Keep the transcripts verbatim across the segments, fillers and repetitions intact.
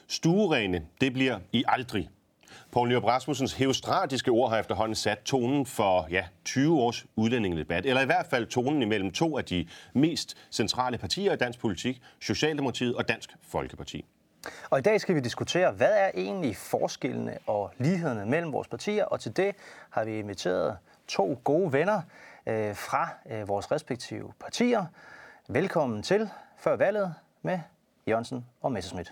Stuerene, det bliver I aldrig. Poul Nyrup Rasmussens herostratiske ord har efterhånden sat tonen for ja, tyve års udlændingedebat, eller i hvert fald tonen imellem to af de mest centrale partier i dansk politik, Socialdemokratiet og Dansk Folkeparti. Og i dag skal vi diskutere, hvad er egentlig forskellene og lighederne mellem vores partier, og til det har vi inviteret to gode venner øh, fra øh, vores respektive partier. Velkommen til Før Valget med Jørgensen og Messerschmidt.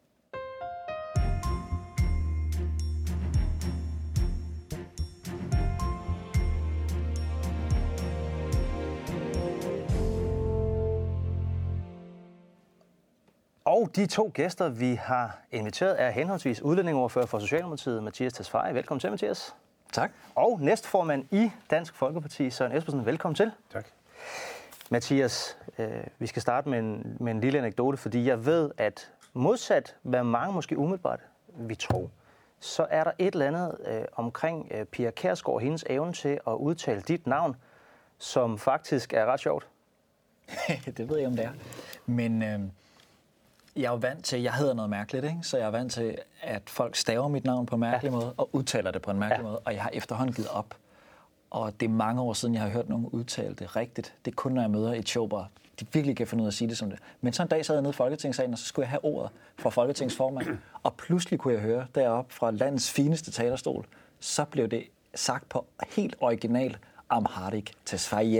Og de to gæster, vi har inviteret, er henholdsvis udlændingeordfører for Socialdemokratiet, Mattias Tesfaye. Velkommen til, Mathias. Tak. Og næstformand i Dansk Folkeparti, Søren Espersen. Velkommen til. Tak. Mathias, øh, vi skal starte med en, med en lille anekdote, fordi jeg ved, at modsat hvad mange måske umiddelbart vi tror, så er der et eller andet øh, omkring øh, Pia Kjærsgaard og hendes evne til at udtale dit navn, som faktisk er ret sjovt. Det ved jeg, om det er. Men øh, jeg er jo vant til, jeg hedder noget mærkeligt, ikke? Så jeg er vant til, at folk staver mit navn på en mærkelig ja. måde og udtaler det på en mærkelig ja. måde, og jeg har efterhånden givet op. Og det er mange år siden, jeg har hørt nogen udtale det rigtigt. Det er kun, når jeg møder et show, hvor de virkelig kan finde ud af at sige det som det. Men så en dag sad jeg nede i Folketingssalen, og så skulle jeg have ordet fra Folketingsformand. Og pludselig kunne jeg høre deroppe fra landets fineste talerstol, så blev det sagt på helt original Amharic Tesfaye.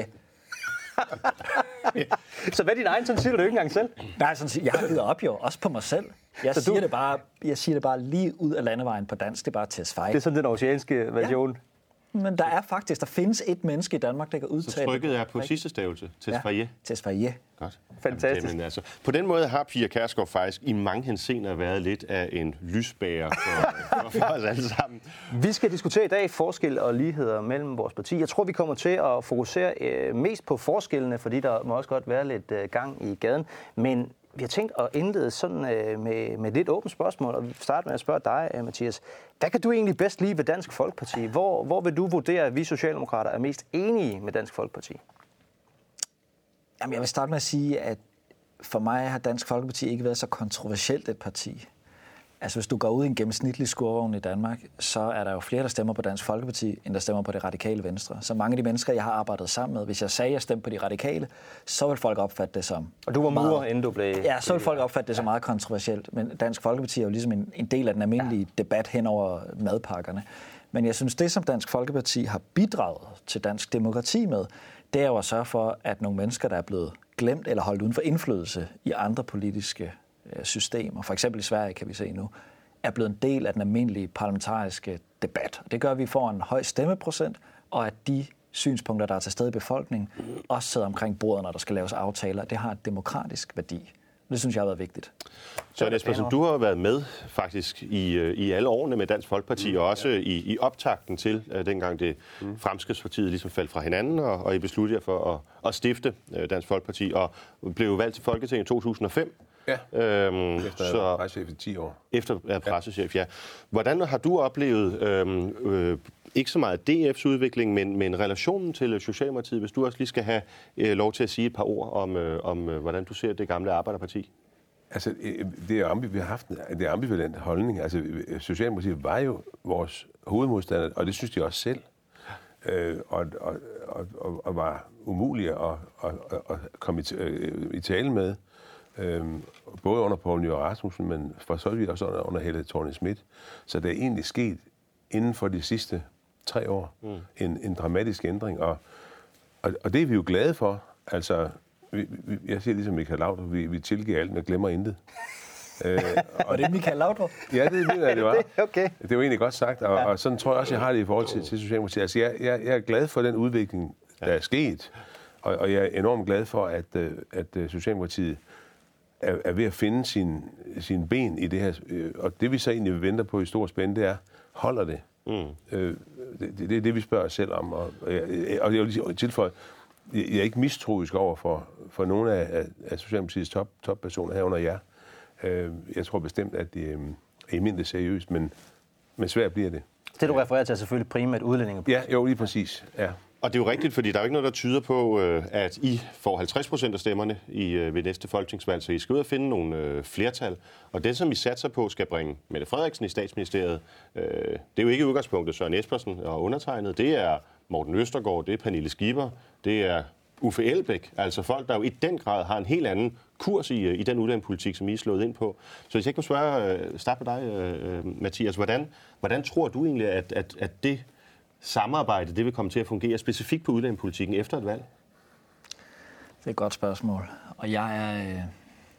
Så hvad er din egen, sådan siger du ikke engang selv? Nej, sådan, jeg har givet op jo, også på mig selv. Jeg, så siger, du... det bare, jeg siger det bare lige ud af landevejen på dansk, det er bare Tesfaye. Det er sådan den oceanske version. Ja. Men der er faktisk, der findes et menneske i Danmark, der kan udtale... Så trykket er på sidste stavelse, Tesfaye. Ja, Tesfaye. Godt. Fantastisk. Jamen, altså, på den måde har Pia Kjærsgaard faktisk i mange henseender været lidt af en lysbærer for, for, for os alle sammen. Vi skal diskutere i dag forskel og ligheder mellem vores partier. Jeg tror, vi kommer til at fokusere øh, mest på forskellene, fordi der må også godt være lidt øh, gang i gaden. Men vi har tænkt at indlede sådan øh, med, med lidt åbent spørgsmål, og vi starter med at spørge dig, øh, Mathias. Hvad kan du egentlig bedst lide ved Dansk Folkeparti? Hvor, hvor vil du vurdere, at vi socialdemokrater er mest enige med Dansk Folkeparti? Jamen, jeg vil starte med at sige, at for mig har Dansk Folkeparti ikke været så kontroversielt et parti. Altså, hvis du går ud i en gennemsnitlig skurvogn i Danmark, så er der jo flere, der stemmer på Dansk Folkeparti, end der stemmer på det radikale venstre. Så mange af de mennesker, jeg har arbejdet sammen med, hvis jeg sagde, at jeg stemte på de radikale, så vil folk opfatte det som... Og du var murer, meget, inden du blev... Ja, så vil folk opfatte det som meget kontroversielt. Men Dansk Folkeparti er jo ligesom en, en del af den almindelige ja. debat hen over madpakkerne. Men jeg synes, det som Dansk Folkeparti har bidraget til dansk demokrati med, det er jo at sørge for, at nogle mennesker, der er blevet glemt eller holdt uden for indflydelse i andre politiske systemer, for eksempel i Sverige kan vi se nu, er blevet en del af den almindelige parlamentariske debat. Det gør, at vi får en høj stemmeprocent, og at de synspunkter, der er til stede i befolkningen, også sidder omkring bordet, når der skal laves aftaler. Det har et demokratisk værdi. Det synes jeg har været vigtigt. Så Espersen, du har været med faktisk i, i alle årene med Dansk Folkeparti, mm, og også ja. i, i optakten til, uh, dengang det mm. Fremskridtspartiet ligesom faldt fra hinanden, og, og I besluttede jer for at, at stifte uh, Dansk Folkeparti, og blev valgt til Folketinget i to tusind og fem. Ja, øhm, efter at være pressechef i ti år. Efter at være pressechef, ja. Hvordan har du oplevet, øhm, øh, ikke så meget D F's udvikling, men, men relationen til Socialdemokratiet, hvis du også lige skal have øh, lov til at sige et par ord om, øh, om øh, hvordan du ser det gamle Arbejderparti? Altså, det er, vi har haft det er ambivalent holdning. Altså, Socialdemokratiet var jo vores hovedmodstander, og det synes de også selv. Øh, og, og, og, og var umulige at, at, at komme i, øh, i tale med. Øhm, både under Poul Nyrup Rasmussen, men for så vidt også under, under Helle Thorning-Schmidt. Så der er egentlig sket inden for de sidste tre år mm. en, en dramatisk ændring, og, og, og det er vi jo glade for. Altså, vi, vi, jeg siger ligesom Michael Laudrup, vi, vi tilgiver alt, men glemmer intet. øh, og, og det er Michael Laudrup? Ja, det mener jeg, det var. Okay. Det var egentlig godt sagt, og, ja. og sådan tror jeg også, jeg har det i forhold til, til Socialdemokratiet. Altså, jeg, jeg, jeg er glad for den udvikling, der er sket, og, og jeg er enormt glad for, at, at Socialdemokratiet er, er ved at finde sin, sin ben i det her. Og det vi så egentlig venter på i stor spænding, det er, holder det? Mm. Øh, det, det er det, vi spørger os selv om. Og, og, jeg, og jeg vil tilføje, jeg er ikke mistroisk over for, for nogle af, af Socialdemokratiets top, toppersoner herunder jer. Øh, jeg tror bestemt, at det er i mindre seriøst, men, men svært bliver det. Det, du refererer til, er selvfølgelig primært udlændingepolitik. Ja, jo, lige præcis. Ja. Og det er jo rigtigt, fordi der er jo ikke noget, der tyder på, at I får halvtreds procent af stemmerne i, ved næste folketingsvalg, så I skal ud og finde nogle øh, flertal. Og det, som I satser på, skal bringe Mette Frederiksen i statsministeriet, øh, det er jo ikke udgangspunktet Søren Espersen og undertegnet. Det er Morten Østergaard, det er Pernille Skipper, det er Uffe Elbæk, altså folk, der jo i den grad har en helt anden kurs i, i den udlændingepolitik, som I er slået ind på. Så hvis jeg ikke må spørge, starte med dig, øh, Mathias, hvordan, hvordan tror du egentlig, at, at, at det samarbejde, det vil komme til at fungere specifikt på udlændingepolitikken efter et valg? Det er et godt spørgsmål. Og jeg er, øh,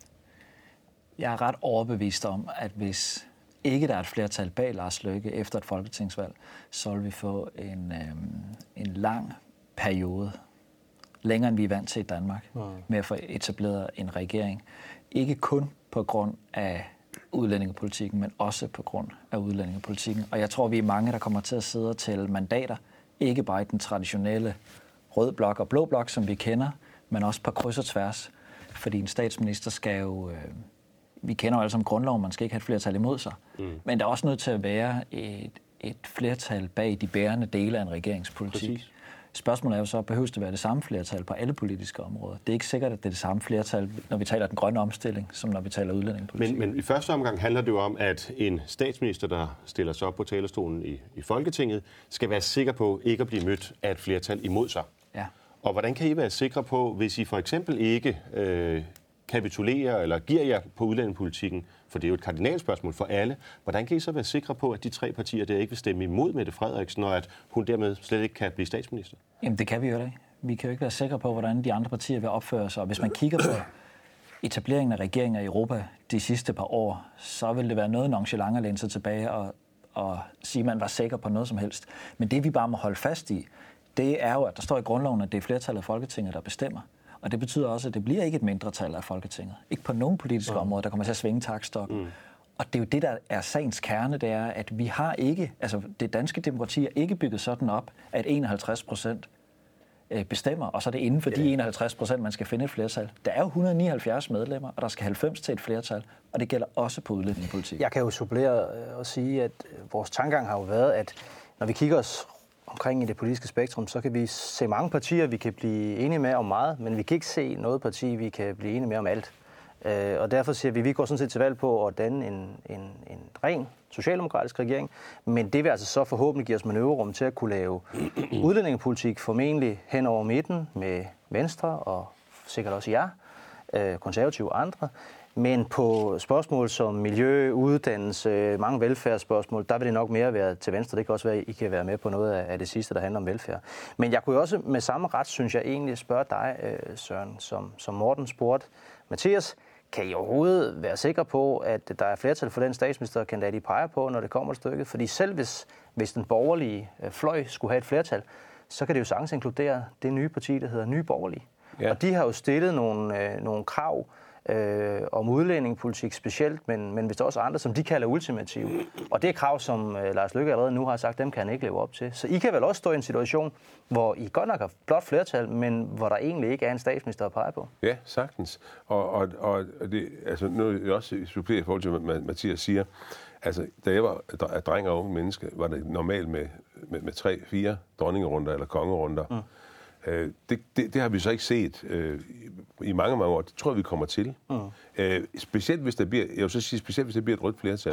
jeg er ret overbevist om, at hvis ikke der er et flertal bag Lars Løkke efter et folketingsvalg, så vil vi få en, øh, en lang periode, længere end vi er vant til i Danmark, mm. med at få etableret en regering. Ikke kun på grund af udlændingepolitikken, men også på grund af udlændingepolitikken. Og jeg tror, vi er mange, der kommer til at sidde og tælle mandater, ikke bare i den traditionelle rød blok og blå blok, som vi kender, men også på kryds og tværs. Fordi en statsminister skal jo... Øh, vi kender jo alle sammen grundloven, man skal ikke have et flertal imod sig. Mm. Men der er også nødt til at være et, et flertal bag de bærende dele af en regeringspolitik. Præcis. Spørgsmålet er jo så, behøves det være det samme flertal på alle politiske områder? Det er ikke sikkert, at det er det samme flertal, når vi taler den grønne omstilling, som når vi taler udlændingepolitik. Men, men i første omgang handler det jo om, at en statsminister, der stiller sig op på talerstolen i, i Folketinget, skal være sikker på ikke at blive mødt af et flertal imod sig. Ja. Og hvordan kan I være sikre på, hvis I for eksempel ikke øh, kapitulerer eller giver jer på udlændingepolitikken, for det er jo et kardinalspørgsmål for alle, hvordan kan I så være sikre på, at de tre partier der ikke vil stemme imod Mette Frederiksen, og at hun dermed slet ikke kan blive statsminister? Jamen det kan vi jo ikke. Vi kan jo ikke være sikre på, hvordan de andre partier vil opføre sig. Og hvis man kigger på etableringen af regeringer i Europa de sidste par år, så vil det være noget nonchalant at læne sig tilbage og, og sige, at man var sikker på noget som helst. Men det vi bare må holde fast i, det er jo, at der står i grundloven, at det er flertallet af Folketinget, der bestemmer. Og det betyder også, at det bliver ikke et mindretal af Folketinget. Ikke på nogen politiske mm. områder, der kommer til at svinge taktstokken. Mm. Og det er jo det, der er sagens kerne, det er, at vi har ikke, altså det danske demokrati er ikke bygget sådan op, at enoghalvtreds procent bestemmer, og så er det inden for de enoghalvtreds procent, man skal finde et flertal. Der er jo et hundrede og nioghalvfjerds medlemmer, og der skal halvfems til et flertal, og det gælder også på udlændingepolitik. Jeg kan jo supplere og sige, at vores tankegang har jo været, at når vi kigger os omkring i det politiske spektrum, så kan vi se mange partier, vi kan blive enige med om meget, men vi kan ikke se noget parti, vi kan blive enige med om alt. Øh, og derfor siger vi, at vi går sådan set til valg på at danne en, en, en ren socialdemokratisk regering, men det vil altså så forhåbentlig give os manøvrerum til at kunne lave udlændingepolitik formentlig hen over midten med Venstre og sikkert også jer, øh, konservative og andre. Men på spørgsmål som miljø, uddannelse, mange velfærdsspørgsmål, der vil det nok mere være til venstre. Det kan også være, at I kan være med på noget af det sidste, der handler om velfærd. Men jeg kunne jo også med samme ret, synes jeg egentlig, spørge dig, Søren, som, som Morten spurgte Mathias. Kan I overhovedet være sikre på, at der er flertal for den statsministerkandidat, I peger på, når det kommer til stykket? Fordi selv hvis, hvis den borgerlige fløj skulle have et flertal, så kan det jo sagtens inkludere det nye parti, der hedder Nye Borgerlige. Ja. Og de har jo stillet nogle, øh, nogle krav øh, om udlændingepolitik specielt, men, men hvis der også er andre, som de kalder ultimative. Og det er krav, som øh, Lars Løkke allerede nu har sagt, dem kan han ikke leve op til. Så I kan vel også stå i en situation, hvor I godt nok har blot flertal, men hvor der egentlig ikke er en statsminister at pege på. Ja, sagtens. Og, og, og det, altså, nu er jeg også suppleret i forhold til, hvad Mathias siger. Altså, da jeg var dreng og unge menneske, var det normalt med, med, med tre, fire dronningerunder eller kongerunder. Mm. Øh, det, det, det har vi så ikke set øh, i mange, mange år. Det tror jeg, vi kommer til. Mm. Øh, specielt hvis der bliver, jeg vil så sige, specielt hvis der bliver et rødt flertal,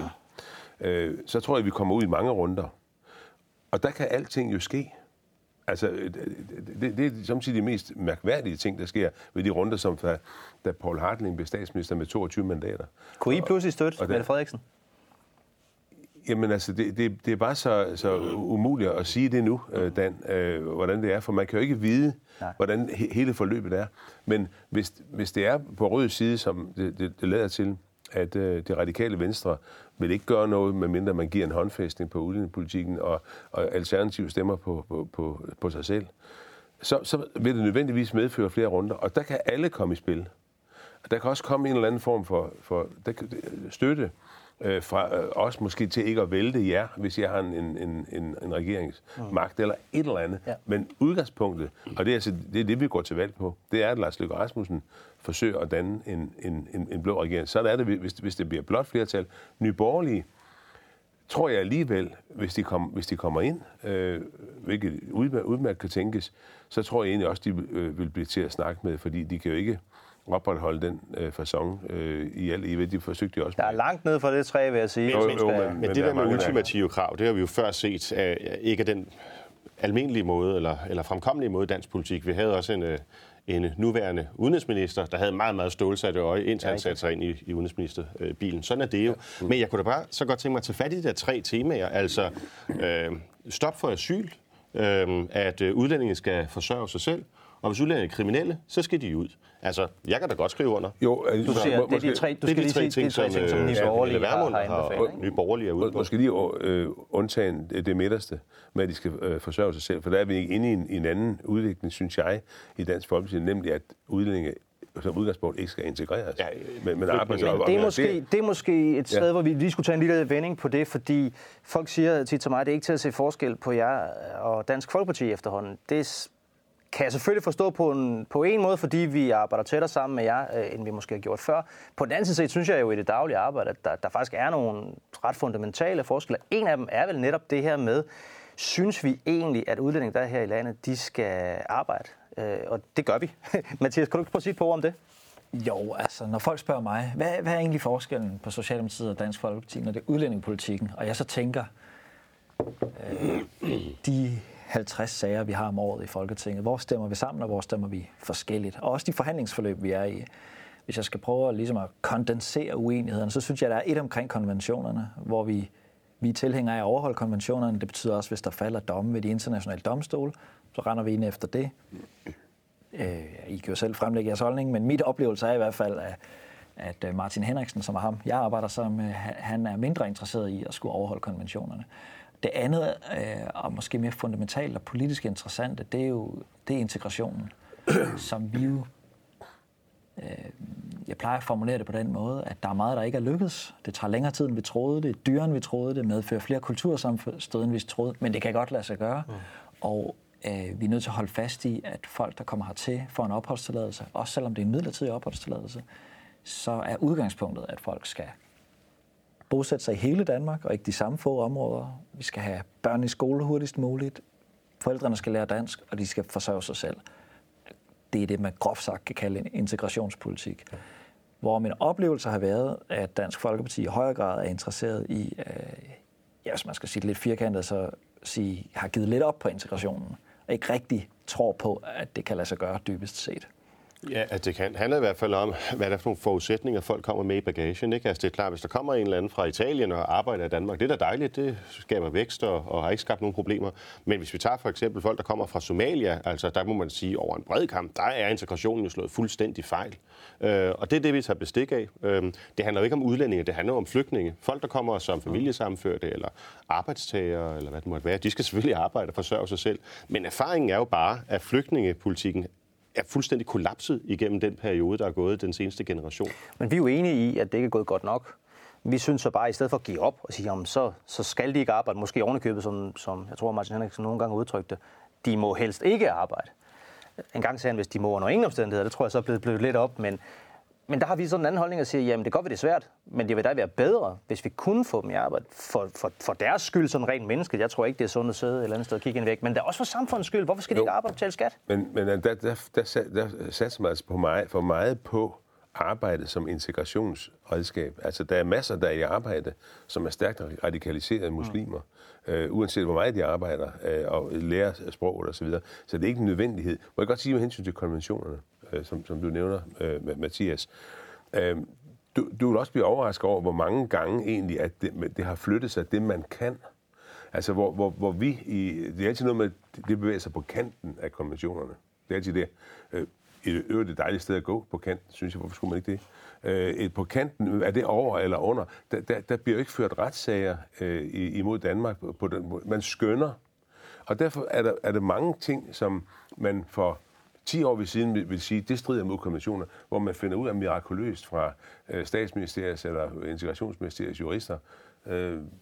øh, så tror jeg, vi kommer ud i mange runder. Og der kan alting jo ske. Altså, det, det, det er samtidig de mest mærkværdige ting, der sker ved de runder, som da, da Poul Hartling blev statsminister med toogtyve mandater. Kunne I pludselig støtte Mette Frederiksen? Jamen altså, det, det, det er bare så, så umuligt at sige det nu, Dan, øh, hvordan det er, for man kan jo ikke vide, Nej. hvordan he, hele forløbet er. Men hvis, hvis det er på rød side, som det, det, det lader til, at øh, det radikale venstre vil ikke gøre noget, medmindre man giver en håndfæstning på udlændingepolitikken og, og alternative stemmer på, på, på, på sig selv, så, så vil det nødvendigvis medføre flere runder, og der kan alle komme i spil. Der kan også komme en eller anden form for, for der, støtte øh, fra øh, os måske til ikke at vælte jer, hvis jeg har en, en, en, en regeringsmagt mm. eller et eller andet. Ja. Men udgangspunktet, og det er, altså, det er det, vi går til valg på, det er, at Lars Løkke Rasmussen forsøger at danne en, en, en, en blå regering. Så er det, hvis, hvis det bliver blot flertal. Nye Borgerlige, tror jeg alligevel, hvis de, kom, hvis de kommer ind, øh, hvilket udmærket, udmærket kan tænkes, så tror jeg egentlig også, de øh, vil blive til at snakke med, fordi de kan jo ikke opretholde den øh, facon øh, i alt evigt. De forsøgte de også. Der er langt ned fra det træ, vil jeg sige. Jo, jo, men, men, men det der, der med ultimative krav, det har vi jo før set, er ikke er den almindelige måde, eller, eller fremkommelige måde i dansk politik. Vi havde også en, en nuværende udenrigsminister, der havde meget, meget stålsatte øje, indtil han satte sig ind i, i udenrigsministerbilen. Sådan er det jo. Men jeg kunne da bare så godt tænke mig at tage fat i de der tre temaer. Altså, øh, stop for asyl, øh, at udlændinge skal forsørge sig selv, og hvis udlændinge er kriminelle, så skal de ud. Altså, jeg kan da godt skrive under. Jo, du siger, det er de tre, du skal de tre ting, som, ting, som Nye Borgerlige har, har anbefalet. Nye Borgerlige er ude på. Måske lige øh, undtagen det midterste, med at de skal øh, forsørge sig selv. For der er vi inde i en, i en anden udvikling, synes jeg, i Dansk Folkeparti, nemlig at udlændinge som udgangspunkt ikke skal integreres. Ja, men, men, arbejde, men det, er måske, det er måske et sted, ja. hvor vi lige skulle tage en lille vending på det, fordi folk siger tit til mig, at det er ikke til at se forskel på jer og Dansk Folkeparti efterhånden. Det kan jeg selvfølgelig forstå på en, på en måde, fordi vi arbejder tættere sammen med jer, øh, end vi måske har gjort før. På den anden side synes jeg jo i det daglige arbejde, at der, der faktisk er nogle ret fundamentale forskelle. En af dem er vel netop det her med, synes vi egentlig, at udlændinge, der er her i landet, de skal arbejde? Øh, og det gør vi. Mathias, kan du ikke prøve at sige et par ord om det? Jo, altså, når folk spørger mig, hvad, hvad er egentlig forskellen på Socialdemokratiet og Dansk Folkeparti, når det er udlændingepolitikken? Og jeg så tænker, øh, de halvtreds sager, vi har om året i Folketinget. Hvor stemmer vi sammen, og hvor stemmer vi forskelligt? Og også de forhandlingsforløb, vi er i. Hvis jeg skal prøve at, ligesom at kondensere uenighederne, så synes jeg, der er et omkring konventionerne, hvor vi, vi er tilhængere af at overholde konventionerne. Det betyder også, hvis der falder domme ved de internationale domstole, så render vi ind efter det. Øh, I kan jo selv fremlægge jeres holdning, men mit oplevelse er i hvert fald, at, at Martin Henriksen, som er ham, jeg arbejder sammen med, han er mindre interesseret i at skulle overholde konventionerne. Det andet, øh, og måske mere fundamentalt og politisk interessante, det er jo det er integrationen, som vi jo, øh, jeg plejer at formulere det på den måde, at der er meget, der ikke er lykkedes. Det tager længere tid, end vi troede. Det er dyrere, end vi troede. Det medfører flere kultursammenstød, end vi troede. Men det kan godt lade sig gøre. Mm. Og øh, vi er nødt til at holde fast i, at folk, der kommer hertil, får en opholdstilladelse, også selvom det er en midlertidig opholdstilladelse, så er udgangspunktet, at folk skal bosætte sig i hele Danmark, og ikke de samme få områder. Vi skal have børn i skole hurtigst muligt. Forældrene skal lære dansk, og de skal forsørge sig selv. Det er det, man groft sagt kan kalde en integrationspolitik. Ja. Hvor min oplevelse har været, at Dansk Folkeparti i højere grad er interesseret i, øh, ja, hvis man skal sige det lidt firkantet, så sige, har givet lidt op på integrationen, og ikke rigtig tror på, at det kan lade sig gøre dybest set. Ja, altså det kan handler i hvert fald om, hvad der er for nogle forudsætninger, folk kommer med i bagagen. Ikke? Altså det er klart, hvis der kommer en eller anden fra Italien og arbejder i Danmark, det er da dejligt, det skaber vækst og, og har ikke skabt nogen problemer. Men hvis vi tager for eksempel folk, der kommer fra Somalia, altså der må man sige over en bred kamp, der er integrationen jo slået fuldstændig fejl. Øh, og det er det, vi tager bestik af. Øh, det handler jo ikke om udlændinge, det handler om flygtninge. Folk, der kommer som familiesammenførte eller arbejdstagere, eller hvad det måtte være, de skal selvfølgelig arbejde og forsørge sig selv. Men erfaringen er jo bare, at flygtningepolitikken er fuldstændig kollapset igennem den periode, der er gået den seneste generation. Men vi er jo enige i, at det ikke er gået godt nok. Vi synes så bare, at i stedet for at give op og sige, jamen, så, så skal de ikke arbejde, måske ovenikøbet, som, som jeg tror, Martin Henriksen nogle gange udtrykte, de må helst ikke arbejde. En gang sagde han, hvis de må under ingen omstændigheder, det tror jeg så er blevet, blevet lidt op, men, men der har vi sådan en anden holdning at sige, jamen det kan godt være, det er svært, men det vil da være bedre, hvis vi kunne få dem i arbejde. For, for, for deres skyld, sådan rent mennesket. Jeg tror ikke, det er sundt at sidde et eller andet sted og kigge ind væk, men det er også for samfundets skyld. Hvorfor skal de ikke arbejde og betale skat? Men, men der, der, der, der, der satser man altså på meget, for meget på arbejde som integrationsredskab. Altså, der er masser, der er i arbejde, som er stærkt radikaliserede muslimer, mm. øh, uanset hvor meget de arbejder øh, og lærer sproget og så videre. Så det er ikke en nødvendighed. Må jeg godt sige med hensyn til konventionerne, øh, som, som du nævner, øh, Mathias. Øh, du, du vil også blive overrasket over, hvor mange gange egentlig, at det, det har flyttet sig, det man kan. Altså, hvor, hvor, hvor vi i... Det er altid noget med, det bevæger sig på kanten af konventionerne. Det er altid det. Øh, I øvrigt et dejligt sted at gå på kanten, synes jeg. Hvorfor skulle man ikke det? Øh, et på kanten, er det over eller under? Der, der, der bliver jo ikke ført retssager øh, imod Danmark på den måde. Man skønner. Og derfor er der, er der mange ting, som man for ti år ved siden vil, vil sige, det strider mod konventioner, hvor man finder ud af mirakuløst fra øh, statsministeriets eller integrationsministeriets jurister. Øh,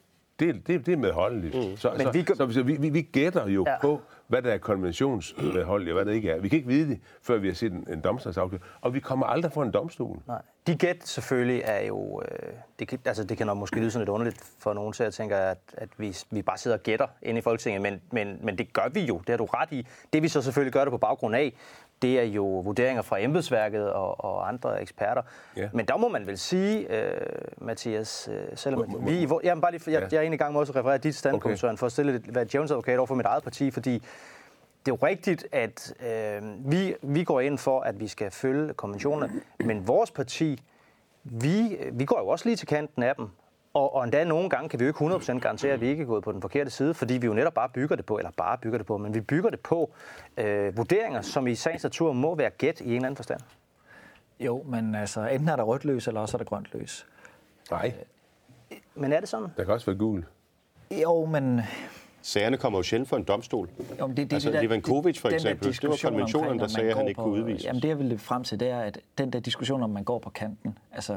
det, det, det er medholdeligt. Mm. Så, så, vi, så, så vi, vi, vi gætter jo ja. på, hvad der er konventionsmedholdeligt, og hvad der ikke er. Vi kan ikke vide det, før vi har set en, en domstolsafgørelse, og vi kommer aldrig for en domstol. Nej. De gæt selvfølgelig er jo... Øh, det, kan, altså, det kan nok måske lyde sådan lidt underligt for nogen, så jeg tænker, at, at vi, vi bare sidder og gætter inde i Folketinget, men, men, men det gør vi jo, det har du ret i. Det vi så selvfølgelig gør det på baggrund af, det er jo vurderinger fra embedsværket og, og andre eksperter. Ja. Men der må man vel sige, øh, Mathias, øh, selvom må, må, vi... Hvor, jamen, bare lige, jeg, ja. jeg er egentlig i gang med også at referere dit standpunkt, okay. Søren, for at stille et, være djævelens-advokat over for mit eget parti, fordi det er jo rigtigt, at øh, vi, vi går ind for, at vi skal følge konventionerne, men vores parti, vi, vi går jo også lige til kanten af dem. Og, og endda nogle gange kan vi jo ikke hundrede procent garantere, at vi ikke er gået på den forkerte side, fordi vi jo netop bare bygger det på, eller bare bygger det på, men vi bygger det på øh, vurderinger, som i sagens natur må være gæt i en eller anden forstand. Jo, men altså, enten er der rødt løs, eller også er der grønt løs. Nej. Men er det sådan? Der kan også være gul. Jo, men... Sagerne kommer jo sjældent for en domstol. Jo, det, det, altså, det der, Levankovic for eksempel, det var konventionerne, omkring, der sagde, at han ikke på, kunne udvises. Jamen det, jeg vil frem til, det er, at den der diskussion, om man går på kanten, altså...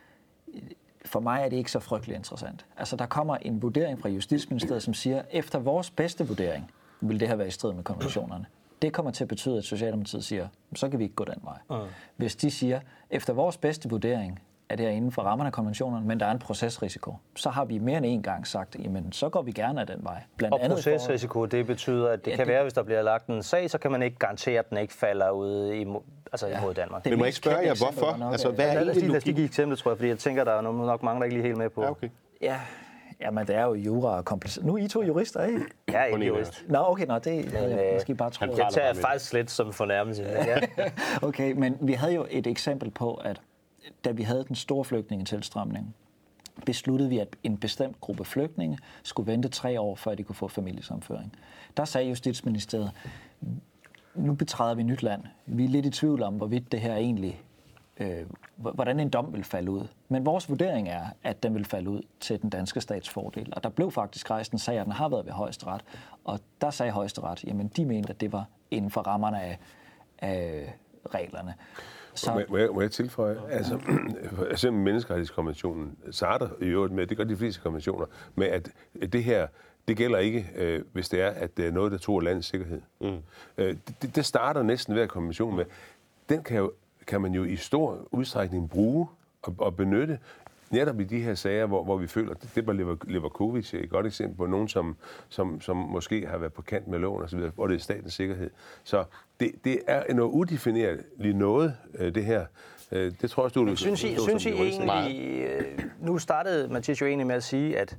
For mig er det ikke så frygteligt interessant. Altså, der kommer en vurdering fra Justitsministeriet, som siger, efter vores bedste vurdering, vil det her være i strid med konventionerne. Det kommer til at betyde, at Socialdemokratiet siger, så kan vi ikke gå den vej. Uh. Hvis de siger, efter vores bedste vurdering, er det her inden for rammerne af konventionerne, men der er en procesrisiko, så har vi mere end en gang sagt, jamen så går vi gerne af den vej. Blandt og andet procesrisiko, for... det betyder, at det ja, kan det... være, hvis der bliver lagt en sag, så kan man ikke garantere, at den ikke falder ud imod, altså ja, imod Danmark. Men må jeg ikke spørge jer, hvorfor? Nok, altså, hvad er egentlig logik? Lad os lige give eksempel, tror jeg, fordi jeg tænker, der er nok mange, der ikke lige helt med på. Ja, okay. Ja, jamen det er jo jura og kompliceret. Nu er I to jurister, ikke? Ja, jeg er ikke jurist. Nå, okay, nå, det havde jeg måske bare troet. Jeg tager faktisk lidt som fornærmelse. Ja. Okay, men vi havde jo et eksempel på, at da vi havde den store flygtningetilstrømning, besluttede vi, at en bestemt gruppe flygtninge skulle vente tre år, før de kunne få familiesammenføring. Der sagde Justitsministeriet, nu betræder vi nyt land. Vi er lidt i tvivl om, hvorvidt det her egentlig, øh, hvordan en dom vil falde ud. Men vores vurdering er, at den vil falde ud til den danske stats fordel. Og der blev faktisk rejst en sag, og den har været ved Højesteret. Og der sagde Højesteret, jamen de mente, at det var inden for rammerne af, af reglerne. Så... Må, jeg, må jeg tilføje? Altså, altså menneskerettighedskonventionen starter i øvrigt med, det gør de fleste konventioner, med at det her, det gælder ikke, øh, hvis det er, at det er noget, der tror landets sikkerhed. Mm. Øh, det, det starter næsten hver konvention med. Den kan, jo, kan man jo i stor udstrækning bruge og, og benytte, netop i de her sager, hvor, hvor vi føler, at det var Levakovic et godt eksempel på nogen, som, som, som måske har været på kant med loven osv., hvor det er statens sikkerhed. Så det, det er noget udefineret noget, det her. Det tror jeg, du vil synes I, synes I egentlig, nu startede Mathias jo egentlig med at sige, at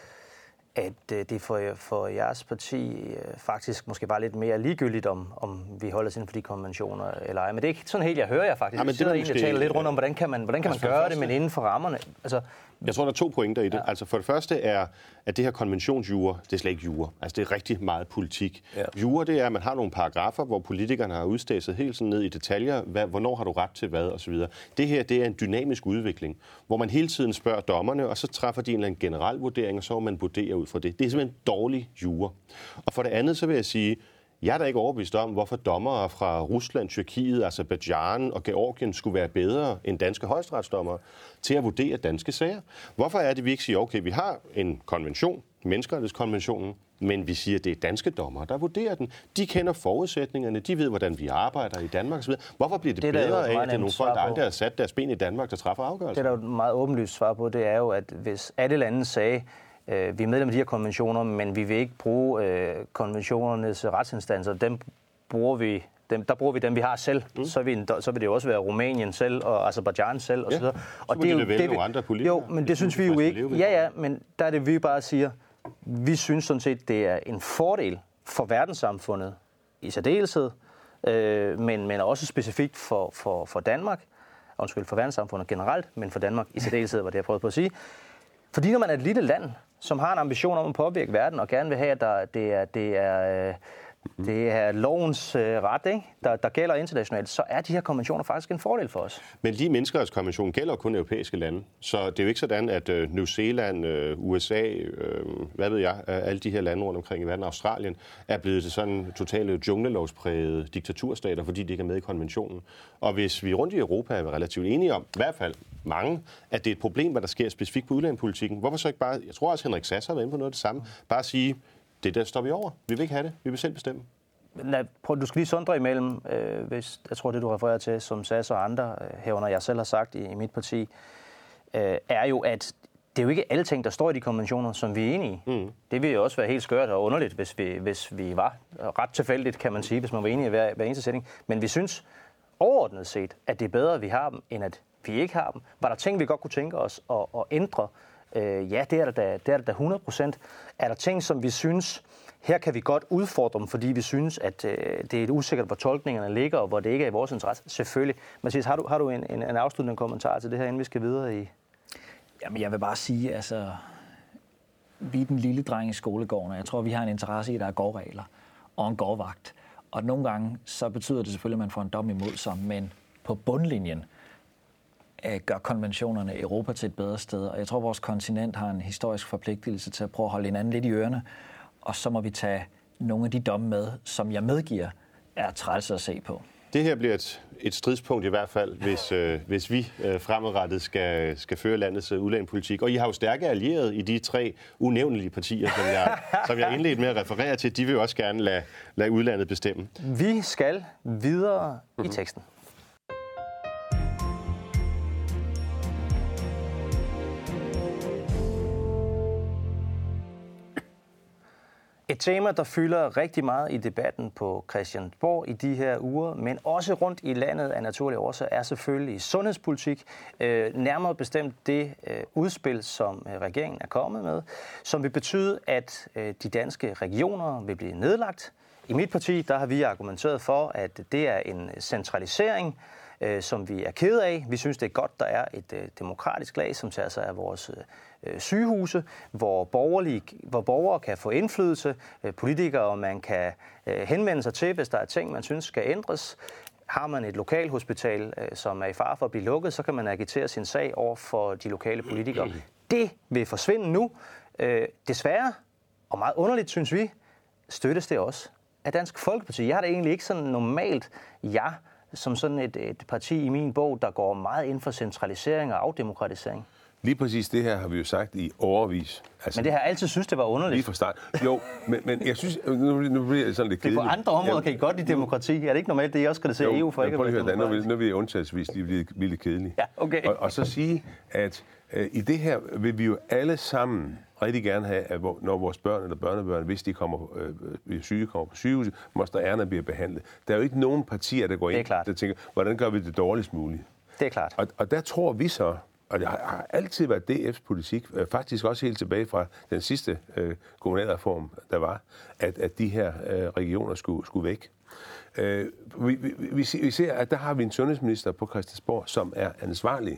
at det for, for jeres parti faktisk måske bare lidt mere ligegyldigt, om, om vi holder os inden for de konventioner eller ej. Men det er ikke sådan helt, jeg hører jer faktisk. Ja, men det er egentlig taler lidt rundt om, hvordan kan man, hvordan kan altså man gøre det, men inden for rammerne. Altså, jeg tror, der er to pointer i det. Ja. Altså for det første er, at det her konventionsjura, det er slet ikke jura. Altså det er rigtig meget politik. Ja. Jura, det er, at man har nogle paragrafer, hvor politikerne har udstæsset helt sådan ned i detaljer, hvad, hvornår har du ret til hvad, osv. Det her, det er en dynamisk udvikling, hvor man hele tiden spørger dommerne, og så træffer de en eller anden generel vurdering, og så må man vurdere ud fra det. Det er simpelthen dårlig jura. Og for det andet, så vil jeg sige, jeg er da ikke overbevist om, hvorfor dommere fra Rusland, Tyrkiet, Aserbajdsjan og Georgien skulle være bedre end danske højesteretsdommere til at vurdere danske sager. Hvorfor er det, vi ikke siger, okay, vi har en konvention, menneskerettighedskonventionen, men vi siger, at det er danske dommere, der vurderer den. De kender forudsætningerne, de ved, hvordan vi arbejder i Danmark osv. Hvorfor bliver det, det bedre af, at det er nogle folk, der aldrig har sat deres ben i Danmark, der træffer afgørelser? Det, der er jo et meget åbenlyst svar på, det er jo, at hvis alle lande sagde, vi er medlem af de her konventioner, men vi vil ikke bruge øh, konventionernes retsinstanser. Dem bruger vi, dem, der bruger vi dem, vi har selv. Mm. Så, vil, så vil det jo også være Rumænien selv og Aserbajdsjan selv. Og ja, så, videre. Og så det er jo det, det nogle andre politikere. Jo, men det synes vi jo ikke. Ja, ja, men der er det, vi bare siger, vi synes sådan set, det er en fordel for verdenssamfundet i særdeleshed, øh, men, men også specifikt for, for, for Danmark. Undskyld, for verdenssamfundet generelt, men for Danmark i særdeleshed, var det jeg prøvede på at sige. Fordi når man er et lille land, som har en ambition om at påvirke verden, og gerne vil have, at der, det, er, det, er, det er lovens øh, ret, ikke? Der, der gælder internationalt, så er de her konventioner faktisk en fordel for os. Men lige menneskerettighedskonventionen gælder kun europæiske lande. Så det er jo ikke sådan, at øh, New Zealand, øh, U S A, øh, hvad ved jeg, alle de her lande rundt omkring i verden, Australien, er blevet til sådan totale junglelovsprægede diktaturstater, fordi de ikke er med i konventionen. Og hvis vi rundt i Europa er relativt enige om, i hvert fald mange, at det er et problem, hvad der sker specifikt på udlændingepolitikken. Hvorfor så ikke bare, jeg tror også, Henrik Sass har været inde på noget af det samme, bare sige, det der står vi over. Vi vil ikke have det. Vi vil selv bestemme. Nej, prøv, du skal lige sondre imellem, øh, hvis, jeg tror, det du refererer til, som Sass og andre, øh, herunder jeg selv har sagt i, i mit parti, øh, er jo, at det er jo ikke alle ting, der står i de konventioner, som vi er enige i. Mm. Det ville jo også være helt skørt og underligt, hvis vi, hvis vi var ret tilfældigt, kan man sige, hvis man var enige i hver, hver eneste sætning. Men vi synes overordnet set, at det er bedre, at vi har dem, end at vi ikke har dem. Var der ting, vi godt kunne tænke os at, at ændre? Øh, ja, det er der da, det er der da hundrede procent. Er der ting, som vi synes, her kan vi godt udfordre dem, fordi vi synes, at øh, det er et usikkert, hvor tolkningerne ligger, og hvor det ikke er i vores interesse? Selvfølgelig. Mathias, har du, har du en, en, en afsluttende kommentar til det her, inden vi skal videre i... Jamen, jeg vil bare sige, altså, vi er den lille dreng i skolegården, og jeg tror, vi har en interesse i, at der er gårdregler og en gårdvagt. Og nogle gange, så betyder det selvfølgelig, at man får en dom imod sig, men på bundlinjen øh, gør konventionerne Europa til et bedre sted. Og jeg tror, vores kontinent har en historisk forpligtelse til at prøve at holde hinanden lidt i ørerne, og så må vi tage nogle af de domme med, som jeg medgiver, er træls at se på. Det her bliver et, et stridspunkt i hvert fald, hvis, øh, hvis vi øh, fremadrettet skal, skal føre landets øh, udlændingepolitik. Og I har jo stærke allierede i de tre unævnelige partier, som jeg, som jeg indledte med at referere til. De vil jo også gerne lade, lade udlandet bestemme. Vi skal videre mm-hmm. i teksten. Et tema, der fylder rigtig meget i debatten på Christiansborg i de her uger, men også rundt i landet af naturlige årsager, er selvfølgelig sundhedspolitik. Øh, nærmere bestemt det øh, udspil, som øh, regeringen er kommet med, som vil betyde, at øh, de danske regioner vil blive nedlagt. I mit parti, der har vi argumenteret for, at det er en centralisering, øh, som vi er ked af. Vi synes, det er godt, der er et øh, demokratisk lag, som tager sig af vores øh, sygehuse, hvor, borgerlige, hvor borgere kan få indflydelse, øh, politikere man kan øh, henvende sig til, hvis der er ting, man synes skal ændres. Har man et lokalhospital, øh, som er i fare for at blive lukket, så kan man agitere sin sag over for de lokale politikere. Det vil forsvinde nu. Øh, desværre, og meget underligt synes vi, støttes det også af Dansk Folkeparti. Jeg har da egentlig ikke sådan normalt ja, som sådan et, et parti i min bog, der går meget ind for centralisering og afdemokratisering. Lige præcis det her har vi jo sagt i årevis. Altså, men det har jeg altid synes, det var underligt. Lige fra start. Jo, men, men jeg synes, nu, nu bliver det sådan lidt kedeligt. Det på andre områder Jamen, kan I godt lide demokrati. Er det ikke normalt, det I også skal se E U for ikke at være demokratisk? Nu vil jeg undtagelsesvis lige blive, blive lidt kedeligt. Ja, okay. Og, og så sige, at øh, i det her vil vi jo alle sammen rigtig gerne have, at når vores børn eller børnebørn, hvis de kommer øh, syge, kommer på sygehuset, moster Erna bliver behandlet. Der er jo ikke nogen partier, der går ind, der tænker, hvordan gør vi det dårligst muligt? Det er klart. Og, og der tror vi så, og det har altid været D F's politik, faktisk også helt tilbage fra den sidste øh, kommunalreform, der var, at, at de her øh, regioner skulle, skulle væk. Øh, vi, vi, vi ser, at der har vi en sundhedsminister på Christiansborg, som er ansvarlig.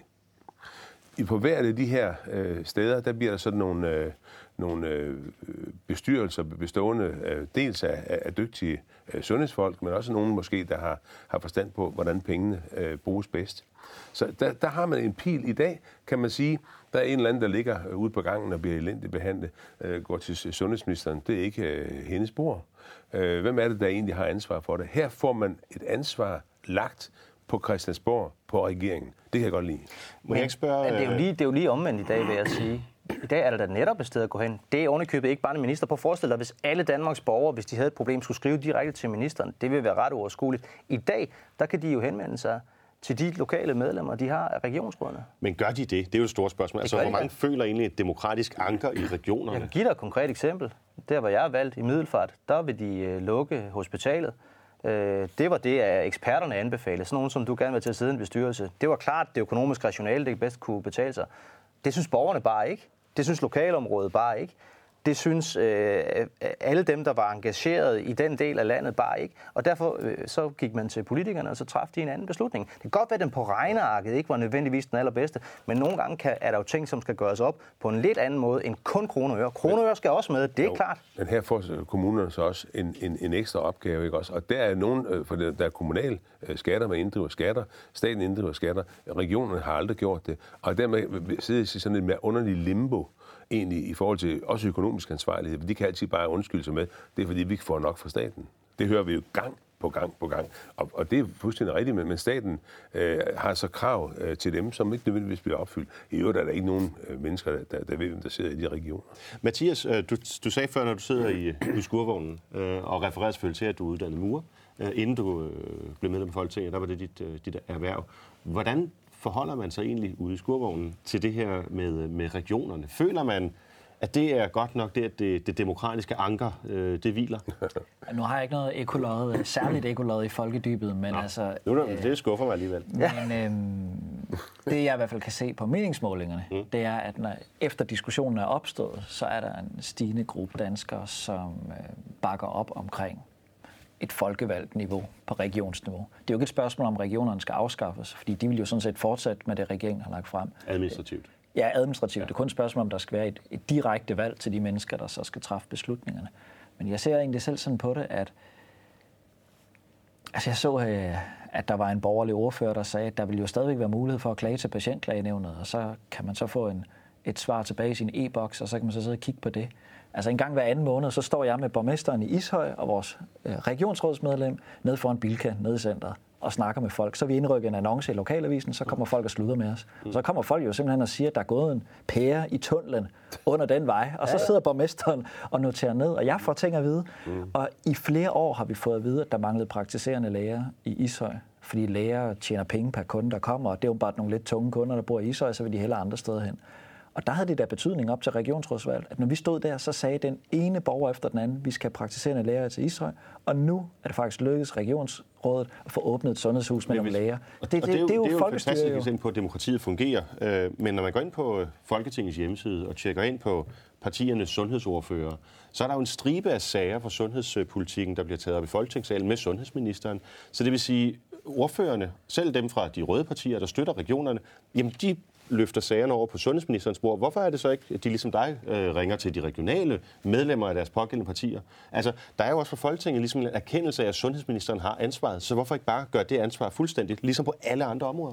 I på hver af de her øh, steder, der bliver der sådan nogle, øh, nogle øh, bestyrelser bestående øh, dels af, af dygtige øh, sundhedsfolk, men også nogen måske, der har, har forstand på, hvordan pengene øh, bruges bedst. Så der, der har man en pil i dag, kan man sige. Der er en eller anden, der ligger ude på gangen og bliver elendigt behandlet, øh, går til sundhedsministeren. Det er ikke øh, hendes bord. Øh, hvem er det, der egentlig har ansvar for det? Her får man et ansvar lagt på Christiansborg, på regeringen. Det kan jeg godt lide. Må jeg ikke spørge... Men det er jo lige, det er jo lige omvendt i dag, vil jeg sige. I dag er der da netop et sted at gå hen. Det er ovenikøbet ikke bare en minister. På at forestille dig, hvis alle Danmarks borgere, hvis de havde et problem, skulle skrive direkte til ministeren. Det vil være ret uoverskueligt. I dag, der kan de jo henvende sig til de lokale medlemmer, de har af regionsrådene. Men gør de det? Det er jo et stort spørgsmål. Altså, hvor mange føler egentlig et demokratisk anker i regionerne? Jeg kan give dig et konkret eksempel. Der, hvor jeg er valgt i Middelfart, der vil de uh, lukke hospitalet. Uh, det var det, at eksperterne anbefalede. Sådan nogen, som du gerne vil til at sidde i en bestyrelse. Det var klart det økonomiske rationale, det bedst kunne betale sig. Det synes borgerne bare ikke. Det synes lokalområdet bare ikke. Det synes øh, alle dem, der var engageret i den del af landet, bare ikke. Og derfor øh, så gik man til politikerne, og så træffede de en anden beslutning. Det kan godt være, at den på regnearket ikke var nødvendigvis den allerbedste, men nogle gange kan, er der jo ting, som skal gøres op på en lidt anden måde end kun kroner og øre. Kroner og øre skal også med, det er jo klart. Men her får kommunerne så også en, en, en ekstra opgave, ikke også? Og der er nogen, for der er kommunal skatter, man inddriver skatter, staten inddriver skatter, regionerne har aldrig gjort det, og dermed sidder i sådan et mere underligt limbo, egentlig i forhold til også økonomisk ansvarlighed, for de kan altid bare undskylde sig med, det er fordi, vi ikke får nok fra staten. Det hører vi jo gang på gang på gang. Og, og det er fuldstændig rigtigt, men staten øh, har så krav øh, til dem, som ikke nødvendigvis bliver opfyldt. I øvrigt er der ikke nogen øh, mennesker, der, der ved, hvem der sidder i de regioner. Mathias, øh, du, du sagde før, når du sidder i, i skurvognen øh, og refererer selvfølgelig til, at du er uddannet murer, øh, inden du øh, blev medlem af Folketinget, der var det dit, øh, dit erhverv. Hvordan forholder man sig egentlig ude i skurvognen til det her med, med regionerne? Føler man, at det er godt nok det, at det, det demokratiske anker, øh, det hviler? Nu har jeg ikke noget ekolod, særligt ekolod i folkedybet, men Nå, altså... Nu, øh, det skuffer mig alligevel. Men øh, det, jeg i hvert fald kan se på meningsmålingerne, mm. det er, at når, efter diskussionen er opstået, så er der en stigende gruppe danskere, som øh, bakker op omkring et folkevalgt niveau på regionsniveau. Det er jo ikke et spørgsmål, om regionerne skal afskaffes, fordi de vil jo sådan set fortsætte med det, regeringen har lagt frem. Administrativt. Ja, administrativt. Ja. Det er kun et spørgsmål, om der skal være et, et direkte valg til de mennesker, der så skal træffe beslutningerne. Men jeg ser egentlig selv sådan på det, at altså jeg så, at der var en borgerlig ordfører, der sagde, at der vil jo stadigvæk være mulighed for at klage til patientklagenævnet, og så kan man så få en, et svar tilbage i sin e-boks, og så kan man så sidde og kigge på det. Altså en gang hver anden måned, så står jeg med borgmesteren i Ishøj og vores øh, regionsrådsmedlem nede foran Bilka, nede i centret, og snakker med folk. Så er vi indrykker en annonce i lokalavisen, så kommer folk og slutter med os. Så kommer folk jo simpelthen og siger, at der er gået en pære i tunnelen under den vej, og så sidder borgmesteren og noterer ned, og jeg får ting at vide. Og i flere år har vi fået at vide, at der manglede praktiserende læger i Ishøj, fordi læger tjener penge per kunde, der kommer, og det er jo bare nogle lidt tunge kunder, der bor i Ishøj, så vil de hellere andre steder hen. Og der havde det der betydning op til regionsrådsvalget, at når vi stod der, så sagde den ene borger efter den anden, vi skal have praktiserende læger til Ishøj, og nu er det faktisk lykkedes regionsrådet at få åbnet et sundhedshus med nogle læger. Det, det, det, det, det er jo, jo folkestyre. Det er jo fantastisk eksempel på, at demokratiet fungerer. Men når man går ind på Folketingets hjemmeside og tjekker ind på partiernes sundhedsordfører, så er der jo en stribe af sager for sundhedspolitikken, der bliver taget op i Folketingssalen med sundhedsministeren. Så det vil sige, ordførerne, selv dem fra de røde partier, der støtter regionerne, jamen de løfter sagerne over på sundhedsministerens bord. Hvorfor er det så ikke, at de ligesom dig øh, ringer til de regionale medlemmer af deres pågældende partier? Altså, der er jo også for Folketinget ligesom en erkendelse af, at sundhedsministeren har ansvaret. Så hvorfor ikke bare gøre det ansvar fuldstændigt, ligesom på alle andre områder?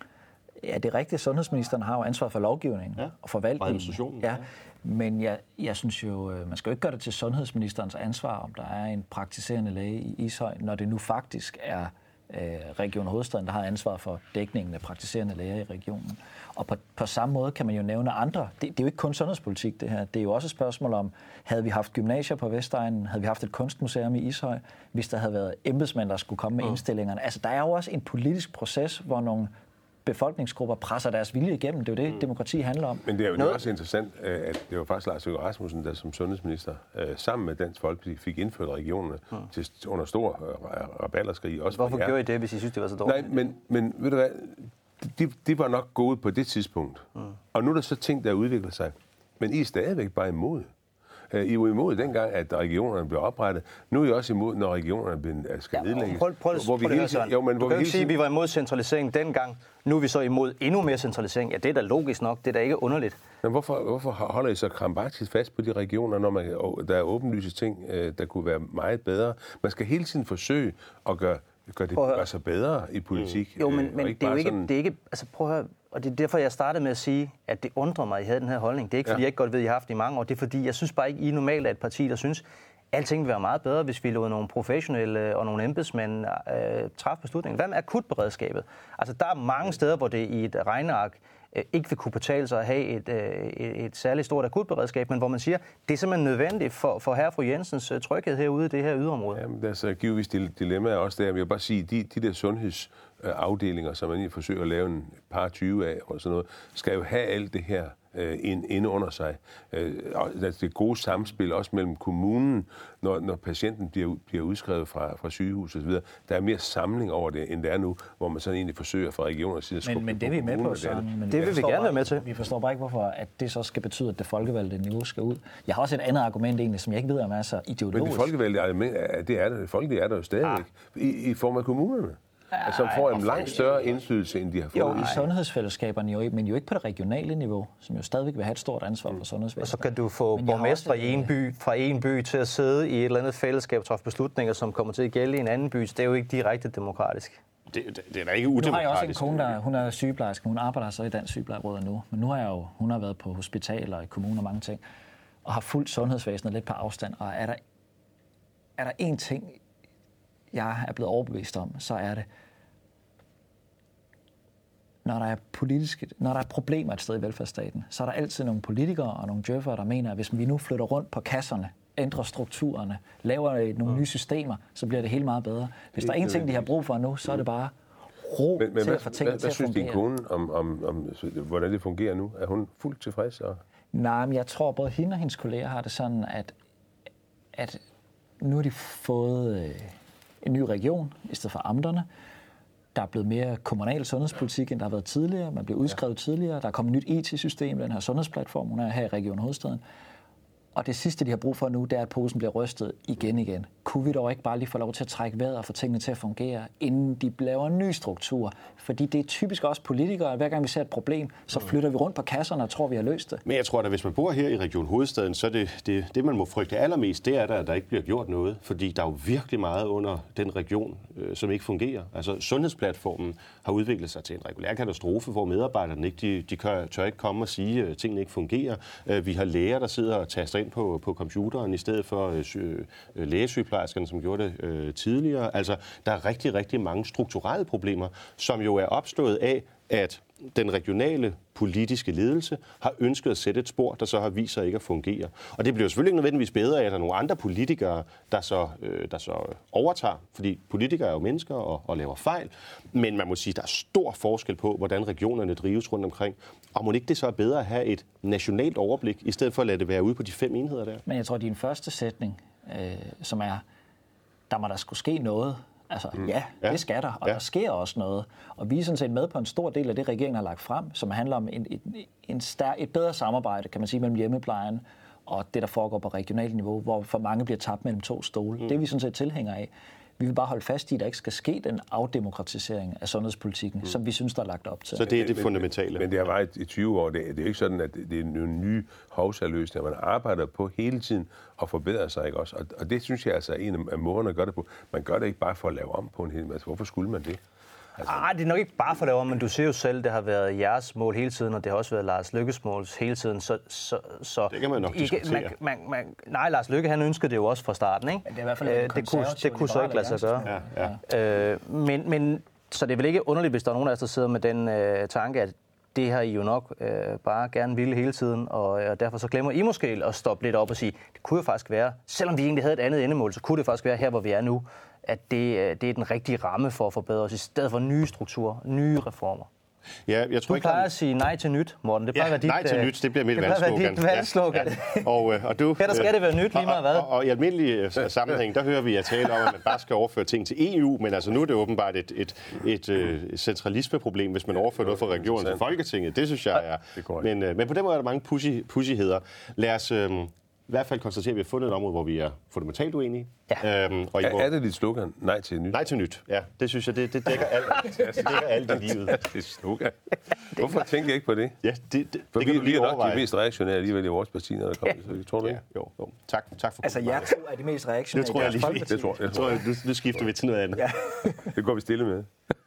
Ja, det er rigtigt. Sundhedsministeren har jo ansvar for lovgivningen ja. og forvaltningen. Og administrationen. Ja. Men jeg, jeg synes jo, man skal jo ikke gøre det til sundhedsministerens ansvar, om der er en praktiserende læge i Ishøj, når det nu faktisk er Region Hovedstaden, der har ansvar for dækningen af praktiserende læger i regionen. Og på, på samme måde kan man jo nævne andre. Det, det er jo ikke kun sundhedspolitik, det her. Det er jo også et spørgsmål om, havde vi haft gymnasier på Vestegnen, havde vi haft et kunstmuseum i Ishøj, hvis der havde været embedsmænd, der skulle komme med indstillingerne. Altså, der er jo også en politisk proces, hvor nogle befolkningsgrupper presser deres vilje igennem. Det er jo det, mm. demokrati handler om. Men det er jo Noget... også interessant, at det var faktisk Lars Løkke Rasmussen, der som sundhedsminister sammen med Dansk Folkeparti fik indført regionerne mm. til, under stor rabalderskrig. Også Hvorfor gjorde I det, hvis I synes, det var så dårligt? Nej, men, men ved du hvad, de, de var nok gode på det tidspunkt. Mm. Og nu er der så ting, der udvikler sig. Men I er stadigvæk bare imod. I var imod dengang, at regionerne blev oprettet. Nu er I også imod, når regionerne skal ja, nedlægges. Prøv, prøv, prøv, prøv det her, jo, men, du kan jo ikke sige, at vi var imod centralisering dengang. Nu er vi så imod endnu mere centralisering. Ja, det er da logisk nok. Det er da ikke underligt. Men hvorfor, hvorfor holder I så krampagtigt fast på de regioner, når man, der er åbenlyse ting, der kunne være meget bedre? Man skal hele tiden forsøge at gøre, gøre det gøre sig bedre i politik. Jo, men, men det er jo ikke... Sådan... Det er ikke altså, prøv at høre. Og det er derfor, jeg startede med at sige, at det undrer mig, at I havde den her holdning. Det er ikke, fordi ja. jeg ikke godt ved, at I har haft det i mange år. Det er, fordi jeg synes bare ikke, I er normalt er et parti, der synes, at alting vil være meget bedre, hvis vi lod nogle professionelle og nogle embedsmænd øh, træffe beslutninger. Hvad med akutberedskabet? Altså, der er mange steder, hvor det i et regneark øh, ikke vil kunne betale sig at have et, øh, et, et særligt stort akutberedskab, men hvor man siger, det er simpelthen nødvendigt for, for herre og fru Jensens øh, tryghed herude i det her yderområde. Jamen, der er så givetvis dilemmaer også der. Jeg vil bare sige, de, de der sundheds afdelinger, som man lige forsøger at lave en par tyve af, og sådan noget, skal jo have alt det her øh, inde under sig. Øh, det gode samspil også mellem kommunen, når, når patienten bliver, bliver udskrevet fra, fra sygehus og så videre. Der er mere samling over det, end der er nu, hvor man sådan egentlig forsøger fra regioners side at skubbe. Men, men det er vi med på, Søren. Det, det, det vil vi gerne være med til. Vi forstår bare ikke, hvorfor at det så skal betyde, at det folkevalgte niveau skal ud. Jeg har også et andet argument egentlig, som jeg ikke ved, om er så ideologisk. Men det folkevalgte, det er der, det folkevalgte er der jo stadigvæk, ah. i, i form af kommunerne. Ja, som får en langt større indflydelse, end de har fået. Jo, i sundhedsfællesskaberne jo, men jo ikke på det regionale niveau, som jo stadigvæk vil have et stort ansvar for sundhedsvæsenet. Og så kan du få borgmestre i en by, fra en by til at sidde i et eller andet fællesskab og træffe beslutninger, som kommer til at gælde i en anden by. Så det er jo ikke direkte demokratisk. Det, det, det er da ikke udemokratisk. Nu har jeg også en kone, der hun er sygeplejerske. Hun arbejder så i Dansk Sygeplejeråd nu. Men nu har jeg jo, hun har været på hospitaler i kommuner og mange ting, og har fulgt sundhedsvæsenet lidt på afstand. Og er der, er der én ting, jeg er blevet overbevist om, så er det, når der er politiske, når der er problemer et sted i velfærdsstaten, så er der altid nogle politikere og nogle djøffere, der mener, at hvis vi nu flytter rundt på kasserne, ændrer strukturerne, laver nogle nye systemer, så bliver det helt meget bedre. Hvis der er en ting, de har brug for nu, så er det bare ro men, men til hvad, at få tingene hvad, til at synes fungere. din kone om, om, om, hvordan det fungerer nu? Er hun fuldt tilfreds? Og... Nej, men jeg tror, både hende og hendes kolleger har det sådan, at, at nu har de fået øh, en ny region i stedet for amterne. Der er blevet mere kommunal sundhedspolitik, end der har været tidligere. Man bliver udskrevet ja. tidligere. Der er kommet et nyt I T-system, den her sundhedsplatform, hun er her i Region Hovedstaden. Og det sidste, de har brug for nu, det er, at posen bliver rystet igen igen. Kunne vi dog ikke bare lige få lov til at trække vejret og få tingene til at fungere, inden de laver en ny struktur? Fordi det er typisk også politikere, at hver gang vi ser et problem, så flytter vi rundt på kasserne og tror, vi har løst det. Men jeg tror, at hvis man bor her i Region Hovedstaden, så er det, det, det man må frygte allermest, det er, der, at der ikke bliver gjort noget. Fordi der er jo virkelig meget under den region, øh, som ikke fungerer. Altså sundhedsplatformen har udviklet sig til en regulær katastrofe, hvor medarbejderne ikke, de, de kør, tør ikke komme og sige, at tingene ikke fungerer. Øh, vi har læger, der sidder og taster ind på, på computeren, i stedet for øh, øh, lægesygeplejerskerne, som gjorde det øh, tidligere. Altså, der er rigtig, rigtig mange strukturelle problemer, som jo er opstået af, at den regionale politiske ledelse har ønsket at sætte et spor, der så har vist sig ikke at fungere. Og det bliver jo selvfølgelig ikke nødvendigvis bedre af, at der er nogle andre politikere, der så, øh, der så overtager, fordi politikere er jo mennesker og, og laver fejl. Men man må sige, at der er stor forskel på, hvordan regionerne drives rundt omkring. Og må ikke det så er bedre at have et nationalt overblik, i stedet for at lade det være ude på de fem enheder der? Men jeg tror, at din første sætning, øh, som er, der må der skulle ske noget. Altså, mm. ja, det skal der, og ja. der sker også noget. Og vi er sådan set med på en stor del af det, regeringen har lagt frem, som handler om en, en, en stær, et bedre samarbejde, kan man sige, mellem hjemmeplejen og det, der foregår på regionalt niveau, hvor for mange bliver tabt mellem to stole. Mm. Det er vi sådan set tilhængere af. Vi vil bare holde fast i, at der ikke skal ske den afdemokratisering af sundhedspolitikken, mm. som vi synes, der er lagt op til. Så det er det fundamentale. Men, men det har været i tyve år. Det, det er ikke sådan, at det er nogle nye hovsaløsninger. Man arbejder på hele tiden og forbedrer sig, ikke også? Og, og det synes jeg altså er en af måderne at gøre det på. Man gør det ikke bare for at lave om på en hel masse. Hvorfor skulle man det? Altså... Ah, det er nok ikke bare for at lave om, men du ser jo selv, det har været jeres mål hele tiden, og det har også været Lars Løkkes mål hele tiden. Så, så, så det kan man nok ikke, diskutere. Man, man, man, nej, Lars Løkke, han ønskede det jo også fra starten, ikke? Men det er i hvert fald øh, det, kunne, det kunne så ikke lade sig gøre. Ja, ja. Øh, men, men, så det er vel ikke underligt, hvis der er nogen af os, der sidder med den øh, tanke, at det har I jo nok øh, bare gerne ville hele tiden, og, og derfor så glemmer I måske at stoppe lidt op og sige, det kunne jo faktisk være, selvom vi egentlig havde et andet endemål, så kunne det faktisk være her, hvor vi er nu, at det, det er den rigtige ramme for at forbedre os, i stedet for nye strukturer, nye reformer. Ja, jeg tror du ikke, plejer han... at sige nej til nyt, Morten. Det plejer ja, at være dit, nej til nyt, det bliver mit valgslogan. Det valgslogan. Ja, ja. Og, og du, her der skal det være nyt lige meget hvad. Og, og, og i almindelig sammenhæng, der hører vi at tale om, at man bare skal overføre ting til E U, men altså nu er det åbenbart et, et, et, et centralismeproblem, hvis man overfører noget fra regionen til Folketinget. Det synes jeg er. Men, men på den måde er der mange pussy, pussyheder. Lad os øh, i hvert fald konstatere, at vi har fundet et område, hvor vi er fundamentalt uenige. Ja. Øhm, og er, må... er det dit slogan? Nej til nyt? Nej til nyt, ja. Det synes jeg, det, det dækker alt, det dækker alt i livet. Det er slogan. Hvorfor tænker jeg ikke på det? Ja, det, det, for det vi, kan du vi lige er nok overveje. de mest reaktionære alligevel i vores parti, når der kommer. Ja. Så tror du ja, ikke? jo, jo. Tak, tak for Altså, jeg to er de mest reaktionære. Det tror jeg lige. Det tror jeg. Jeg tror, jeg, nu, nu skifter vi til noget andet. Ja. Det går vi stille med.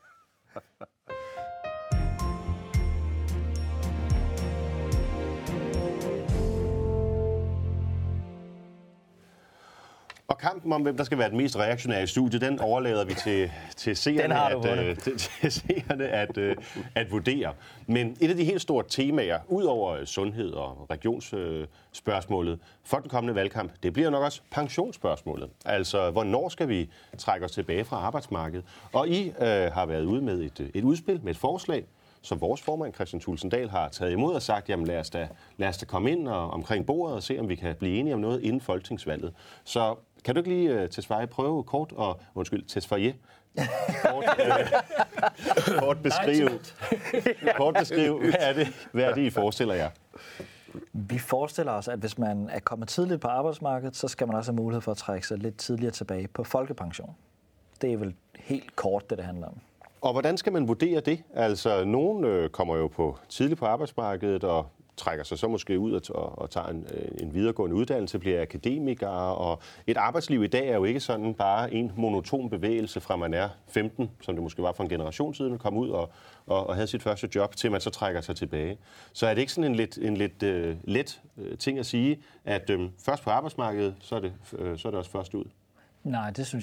Og kampen om, hvem der skal være den mest reaktionære i studiet, den overlader vi til, til seerne, at, øh, til, til seerne at, øh, at vurdere. Men et af de helt store temaer, ud over sundhed og regionsspørgsmålet øh, for den kommende valgkamp, det bliver nok også pensionsspørgsmålet. Altså, hvornår skal vi trække os tilbage fra arbejdsmarkedet? Og I øh, har været ude med et, et udspil, med et forslag, som vores formand, Kristian Thulesen Dahl, har taget imod og sagt, jamen lad os da, lad os da komme ind og, omkring bordet og se, om vi kan blive enige om noget inden folketingsvalget. Så kan du ikke lige, uh, Tesfaye, prøve kort og, undskyld, Tesfaye, kort, uh, kort beskrive, kort beskrive, hvad er det, hvad er det, I forestiller jer? Vi forestiller os, at hvis man er kommet tidligt på arbejdsmarkedet, så skal man også have mulighed for at trække sig lidt tidligere tilbage på folkepension. Det er vel helt kort, det det handler om. Og hvordan skal man vurdere det? Altså, nogen øh, kommer jo på tidligt på arbejdsmarkedet og trækker sig så måske ud og, og, og tager en, en videregående uddannelse, bliver akademikere, og et arbejdsliv i dag er jo ikke sådan bare en monoton bevægelse fra man er femten, som det måske var for en generation siden, at komme ud og, og, og have sit første job, til man så trækker sig tilbage. Så er det ikke sådan en lidt, en lidt uh, let uh, ting at sige, at um, først på arbejdsmarkedet, så er, det, uh, så er det også først ud? Nej, det synes jeg ikke.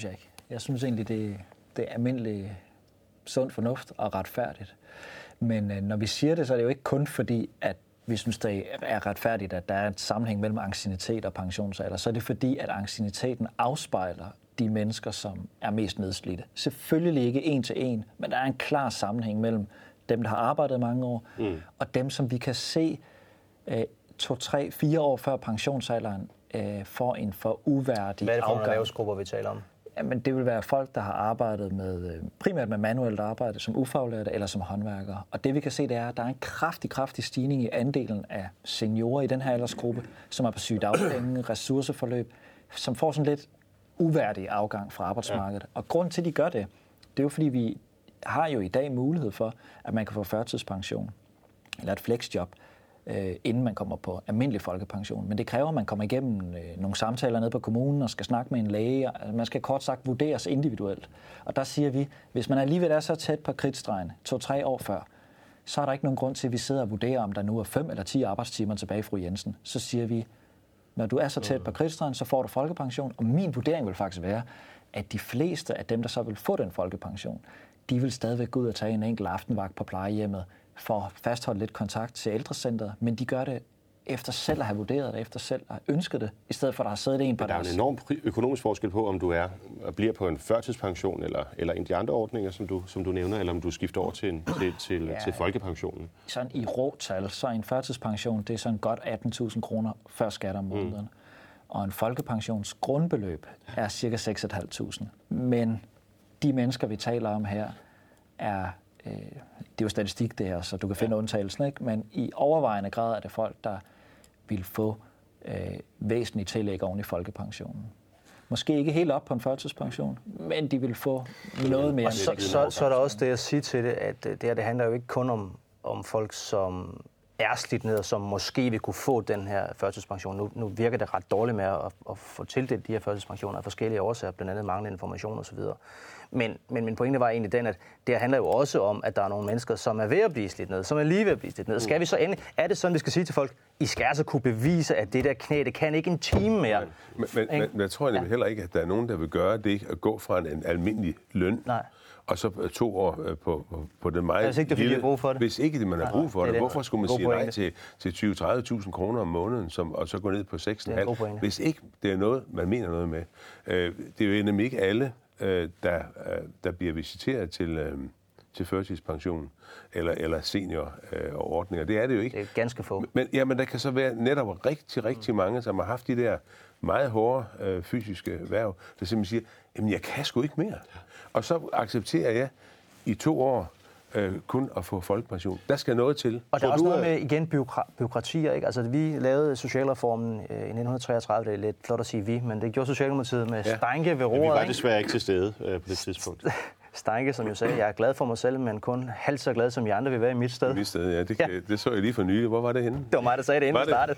Jeg synes egentlig, det, det er almindelig sund fornuft og retfærdigt. Men øh, når vi siger det, så er det jo ikke kun fordi, at vi synes, det er retfærdigt, at der er en sammenhæng mellem anciennitet og pensionsalder. Så er det fordi, at ancienniteten afspejler de mennesker, som er mest nedslidte. Selvfølgelig ikke en til en, men der er en klar sammenhæng mellem dem, der har arbejdet mange år, mm. og dem, som vi kan se øh, to, tre, fire år før pensionsalderen øh, får en for uværdig afgang. Hvad er det for nogle erhvervsgrupper, vi taler om? Jamen, det vil være folk, der har arbejdet med, primært med manuelt arbejde, som ufaglærte eller som håndværkere. Og det vi kan se, det er, at der er en kraftig, kraftig stigning i andelen af seniorer i den her aldersgruppe, som er på sygedagpenge, ressourceforløb, som får sådan lidt uværdig afgang fra arbejdsmarkedet. Ja. Og grund til, at de gør det, det er jo fordi, vi har jo i dag mulighed for, at man kan få førtidspension eller et flexjob, øh, inden man kommer på almindelig folkepension. Men det kræver, at man kommer igennem øh, nogle samtaler nede på kommunen og skal snakke med en læge. Man skal kort sagt vurderes individuelt. Og der siger vi, hvis man alligevel er så tæt på kridtstregen, to-tre år før, så er der ikke nogen grund til, at vi sidder og vurderer, om der nu er fem eller ti arbejdstimer tilbage, fru Jensen. Så siger vi, når du er så tæt på kridtstregen, så får du folkepension. Og min vurdering vil faktisk være, at de fleste af dem, der så vil få den folkepension, de vil stadigvæk gå ud og tage en enkelt aftenvagt på plejehjemmet for at fastholde lidt kontakt til ældrecentret, men de gør det efter selv at have vurderet det, efter selv at have ønsket det, i stedet for at der har siddet en på deres. Der er en enorm økonomisk forskel på, om du er og bliver på en førtidspension eller, eller en af de andre ordninger, som du, som du nævner, eller om du skifter over til, en, til, til, ja, til folkepensionen. Sådan i råtal, så en førtidspension, det er sådan godt atten tusind kroner før skat om måneden. Mm. Og en folkepensions grundbeløb er cirka seks tusind fem hundrede. Men de mennesker, vi taler om her, er, øh, det er jo statistik det her, så du kan finde ja. undtagelsen, ikke? Men i overvejende grad er det folk, der vil få øh, væsentlige tillæg oven i folkepensionen. Måske ikke helt op på en førtidspension, men de vil få noget mere. Og så, så, så er der også det at sige til det, at det her det handler jo ikke kun om, om folk, som er slidt ned, og som måske vil kunne få den her førtidspension. Nu, nu virker det ret dårligt med at, at få tildelt de her førtidspensioner af forskellige årsager, blandt andet manglende information osv. Men, men min pointe var egentlig den, at det handler jo også om, at der er nogle mennesker, som er ved at blive slidt ned, som er lige ved at blive slidt ned. Skal vi så endelig, er det sådan, vi skal sige til folk, I skal altså kunne bevise, at det der knæ, det kan ikke en time mere? Men, men, men, men jeg tror ja. heller ikke, at der er nogen, der vil gøre det at gå fra en, en almindelig løn, Nej. og så to år på, på, på den meget hvis ikke det, lille, brug for det. Hvis ikke man har brug for det, det, hvorfor skulle man sige pointe. nej til, til tyve til tredive tusind kroner om måneden, som, og så gå ned på seks komma fem? Hvis ikke det er noget, man mener noget med. Øh, det er jo nemlig ikke alle, øh, der, øh, der bliver visiteret til, øh, til førtidspension eller, eller seniorordninger. Øh, det er det jo ikke. Det er ganske få. Men, ja, men der kan så være netop rigtig, rigtig mange, som har haft de der meget hårde øh, fysiske værv, der simpelthen siger, jamen jeg kan sgu ikke mere. Og så accepterer jeg i to år øh, kun at få folkepension. Der skal noget til. Og der er også noget med, igen, bureaukratier, ikke? Altså, vi lavede socialreformen øh, i nitten treogtredive, det er lidt flot at sige vi, men det gjorde Socialdemokratiet med ja. Steinke ved roret. Ja, vi var desværre ikke til stede øh, på det tidspunkt. Steinke, som jo sagde, jeg er glad for mig selv, men kun halvt så glad, som I andre vil være i mit sted. I mit sted, ja. Det, ja. det så jeg lige for nylig. Hvor var det henne? Det var mig, der sagde det, inden vi startede.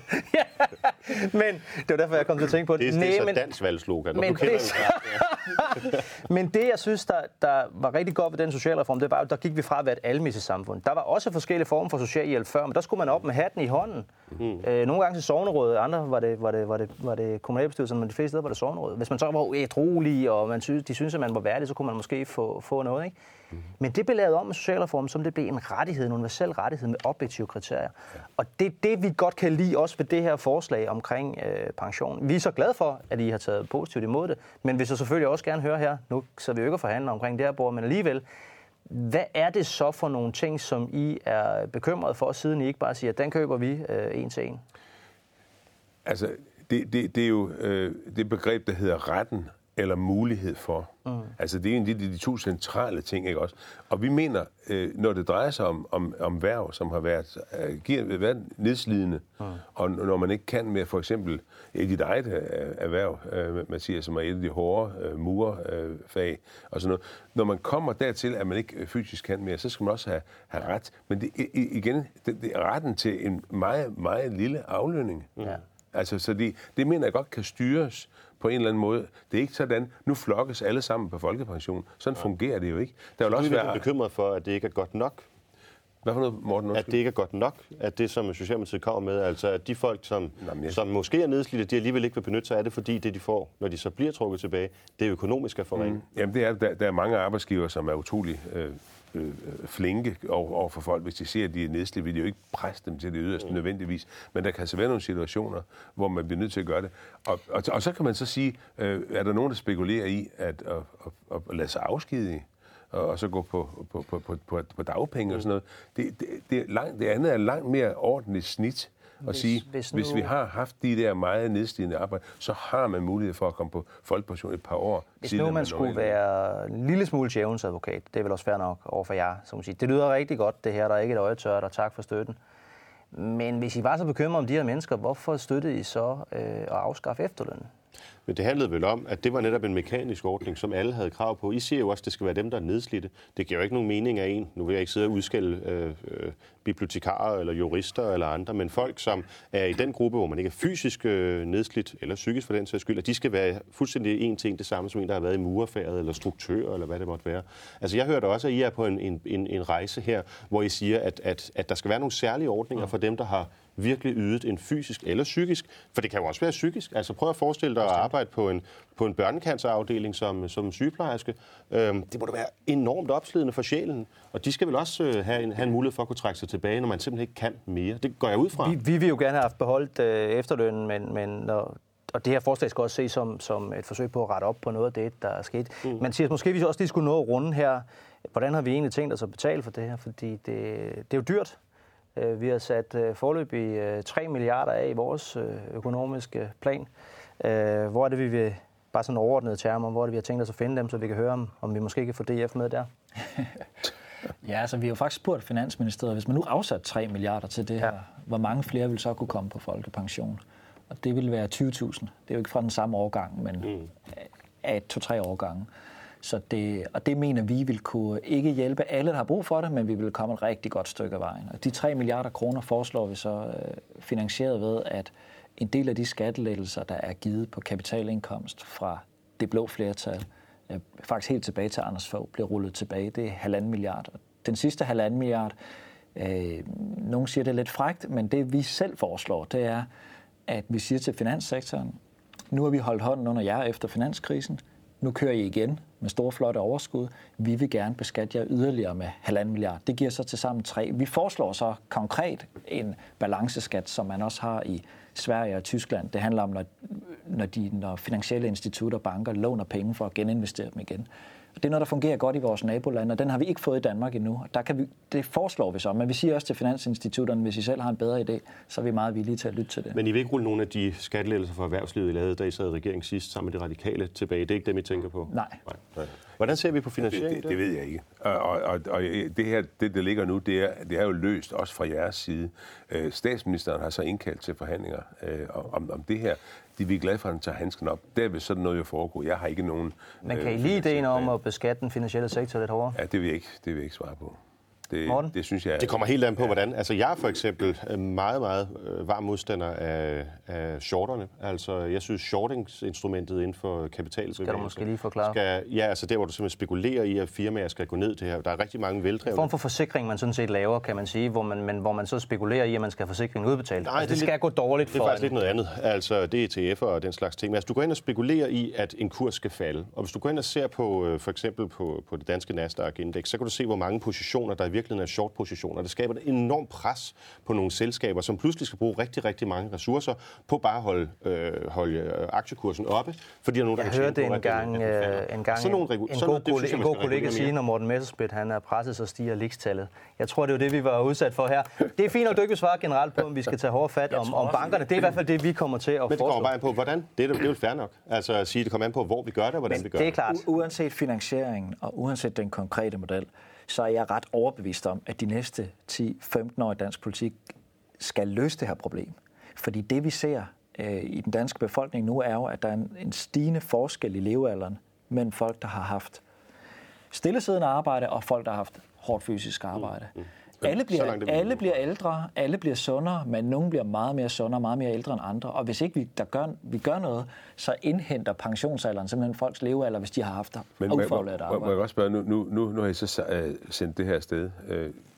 Men det var derfor, jeg kom til at tænke på det. Det, det er så men, dansk valgslogan, men, du kender det, ja. Men det, jeg synes, der, der var rigtig godt ved den socialreform, det var, der gik vi fra at være et almæssigt samfund. Der var også forskellige former for socialhjælp før, men der skulle man op med hatten i hånden. Mm. Øh, nogle gange til sognerådet, andre var det, var det, var det, var det kommunalbestyrelsen, men de fleste steder var det sognerådet. Hvis man så var ædruelig, og man synes, de synes, at man var værdig, så kunne man måske få, få noget, ikke? Mm. Men det blev lavet om med socialreformen, som det blev en rettighed, en universel rettighed med objektive kriterier. Ja. Og det er det, vi godt kan lide også ved det her forslag omkring øh, pension. Vi er så glade for, at I har taget positivt imod det, men vi så selvfølgelig også gerne høre her, nu så vi jo ikke at forhandle omkring det her bord, men alligevel, hvad er det så for nogle ting, som I er bekymret for, siden I ikke bare siger, at den køber vi øh, en til en? Altså, det, det, det er jo øh, det begreb, der hedder retten eller mulighed for. Mm. Altså, det er en af de, de to centrale ting, ikke også? Og vi mener, øh, når det drejer sig om, om, om værv, som har været, øh, giver, været nedslidende, mm. og når man ikke kan med for eksempel i dit eget øh, erhverv, øh, Mathias, som er et af de hårde øh, murerfag øh, og sådan noget. Når man kommer dertil, at man ikke fysisk kan mere, så skal man også have, have ret. Men det, igen, det, det er retten til en meget, meget lille aflønning. Mm. Altså, så det, det mener jeg godt kan styres på en eller anden måde. Det er ikke sådan, nu flokkes alle sammen på folkepension. Sådan fungerer det jo ikke. Der vil også være bekymret for, at det ikke er godt nok. Hvad for noget, Morten? At det ikke er godt nok, at det, som Socialdemokratiet kommer med, altså at de folk, som, Nå, jeg... som måske er nedslidte, de alligevel ikke vil benytte sig af det, fordi det, de får, når de så bliver trukket tilbage, det er økonomisk at forringe. Mm. Jamen, det er, der, der er mange arbejdsgivere, som er utrolig øh, øh, flinke over, over for folk. Hvis de siger, at de er nedslidte, vil de jo ikke presse dem til det yderste mm. nødvendigvis. Men der kan så være nogle situationer, hvor man bliver nødt til at gøre det. Og, og, og så kan man så sige, øh, er der nogen, der spekulerer i at, at, at, at lade sig afskedige? Og så gå på, på, på, på, på, på dagpenge og sådan noget. Det, det, det, er langt, det andet er langt mere ordentligt snit at hvis, sige, hvis, nu... hvis vi har haft de der meget nedslidende arbejde, så har man mulighed for at komme på folkepension et par år. Hvis nu man, man skulle være en lille smule djævelens advokat, det er vel også fair nok over for jer, som siger. Det lyder rigtig godt, det her, der er ikke et øje tørt, og tak for støtten. Men hvis I var så bekymret om de her mennesker, hvorfor støttede I så øh, at afskaffe efterlønnen? Men det handlede vel om, at det var netop en mekanisk ordning, som alle havde krav på. I siger jo også, at det skal være dem, der er nedslidte. Det giver jo ikke nogen mening af en. Nu vil jeg ikke sidde og udskælde øh, øh, bibliotekarer eller jurister eller andre, men folk, som er i den gruppe, hvor man ikke er fysisk øh, nedslidt, eller psykisk for den sags skyld, at de skal være fuldstændig en ting det samme som en, der har været i murerfaget, eller struktør, eller hvad det måtte være. Altså jeg hørte også, at I er på en, en, en, en rejse her, hvor I siger, at, at, at der skal være nogle særlige ordninger for dem, der har virkelig ydet en fysisk eller psykisk, for det kan jo også være psykisk. Altså prøv at forestille dig at arbejde på en, på en børnecancerafdeling som, som sygeplejerske. Øhm, det må da være enormt opslidende for sjælen, og de skal vel også øh, have, en, have en mulighed for at kunne trække sig tilbage, når man simpelthen ikke kan mere. Det går jeg ud fra. Vi, vi vil jo gerne have haft beholdt øh, efterlønnen, men, men når, og det her forslag skal også ses som, som et forsøg på at rette op på noget af det, der er sket. Mm. Man siger, at måske vi også lige skulle nå at runde her. Hvordan har vi egentlig tænkt os at betale for det her? Fordi det, det er jo dyrt. Vi har sat foreløbig tre milliarder af i vores økonomiske plan. Hvor er det, vi vil, bare sådan overordnede termer, hvor er det, vi har tænkt os at finde dem, så vi kan høre, om, om vi måske kan få D F med der? Ja, altså vi har jo faktisk spurgt Finansministeriet, hvis man nu afsat tre milliarder til det her, ja. Hvor mange flere vil så kunne komme på folkepension? Og det vil være tyve tusind. Det er jo ikke fra den samme årgang, men mm. af to-tre årgange. Så det, og det mener vi vil kunne ikke hjælpe alle, der har brug for det, men vi vil komme et rigtig godt stykke af vejen. Og de tre milliarder kroner foreslår vi så finansieret ved, at en del af de skattelettelser, der er givet på kapitalindkomst fra det blå flertal, faktisk helt tilbage til Anders Fogh, bliver rullet tilbage. Det er halvanden milliard. Den sidste halvanden milliard, øh, nogen siger det er lidt frækt, men det vi selv foreslår, det er, at vi siger til finanssektoren, nu har vi holdt hånden under jer efter finanskrisen, nu kører I igen med store, flotte overskud. Vi vil gerne beskatte jer yderligere med halvanden milliard. Det giver så til sammen tre. Vi foreslår så konkret en balanceskat, som man også har i Sverige og Tyskland. Det handler om, når, når, de, når finansielle institutter og banker låner penge for at geninvestere dem igen. Det er noget, der fungerer godt i vores nabolande, og den har vi ikke fået i Danmark endnu. Der kan vi, det foreslår vi så, men vi siger også til finansinstitutterne, hvis I selv har en bedre idé, så er vi meget villige til at lytte til det. Men I vil ikke rulle nogle af de skattelettelser for erhvervslivet, I lavede, da I sad i regeringen sidst sammen med de radikale tilbage? Det er ikke dem, I tænker på? Nej. Nej. Hvordan ser vi på finansiering? Det, det, det ved jeg ikke. Og, og, og, og det her, det der ligger nu, det er, det er jo løst også fra jeres side. Øh, statsministeren har så indkaldt til forhandlinger øh, om, om det her. De er vi glade for, at han tager handsken op. Der vil sådan noget jo foregå. Jeg har ikke nogen... Men kan I lige ideen om at beskatte den finansielle sektor lidt hårdere? Ja, det vil jeg ikke, det vil jeg ikke svare på. Det, det synes jeg... Det kommer helt an på, ja. Hvordan. Altså, jeg er for eksempel meget, meget varm modstander af, af shorterne. Altså, jeg synes, shortingsinstrumentet inden for kapitalbevægelse... Skal du måske lige forklare? Skal, ja, altså der, hvor du simpelthen spekulerer i, at firmaer skal gå ned til her. Der er rigtig mange veldrevne... En form for forsikring, man sådan set laver, kan man sige, hvor man, men, hvor man så spekulerer i, at man skal have forsikringen udbetalt. Nej, altså, det, det skal lidt, gå dårligt for... Det er faktisk lidt noget andet. Altså, det er E T F'er og den slags ting. Men altså, du går ind og spekulerer i, at en kurs skal falde. Og hvis du går ind og ser på, for eksempel på, på det danske Nasdaq-indeks, så kan du se, hvor mange positioner, der i virkeligheden er short-positioner. Det skaber et enormt pres på nogle selskaber, som pludselig skal bruge rigtig, rigtig mange ressourcer på bare at holde, øh, holde aktiekursen oppe, fordi der er nogen, der jeg hørte en gang, øh, en, gang en, regu- en god, det, en god kollega sige, når Morten Messerschmidt han er presset, så stiger likstallet. Jeg tror, det er det, vi var udsat for her. Det er fint, at du ikke vil svare generelt på, om vi skal tage hårdt fat om, om bankerne. Det er i hvert fald det, vi kommer til at foreslå. Men det kommer bare an på, hvordan? Det er, det er jo fair nok. Altså at sige, det kommer an på, hvor vi gør det, og hvordan Men vi gør det. Er klart. U- uanset finansieringen og uanset den konkrete model, så er jeg ret overbevist om, at de næste ti til femten år i dansk politik skal løse det her problem. Fordi det, vi ser øh, i den danske befolkning nu, er jo, at der er en, en stigende forskel i levealderen mellem folk, der har haft stillesiddende arbejde, og folk, der har haft hårdt fysisk arbejde. Mm. Mm. Alle bliver, alle bliver ældre, alle bliver sundere, men nogen bliver meget mere sundere, meget mere ældre end andre. Og hvis ikke vi, der gør, vi gør noget, så indhenter pensionsalderen simpelthen folks levealder, hvis de har haft ufaglært arbejde. Må jeg godt spørge, nu, nu, nu, nu har I så sendt det her sted.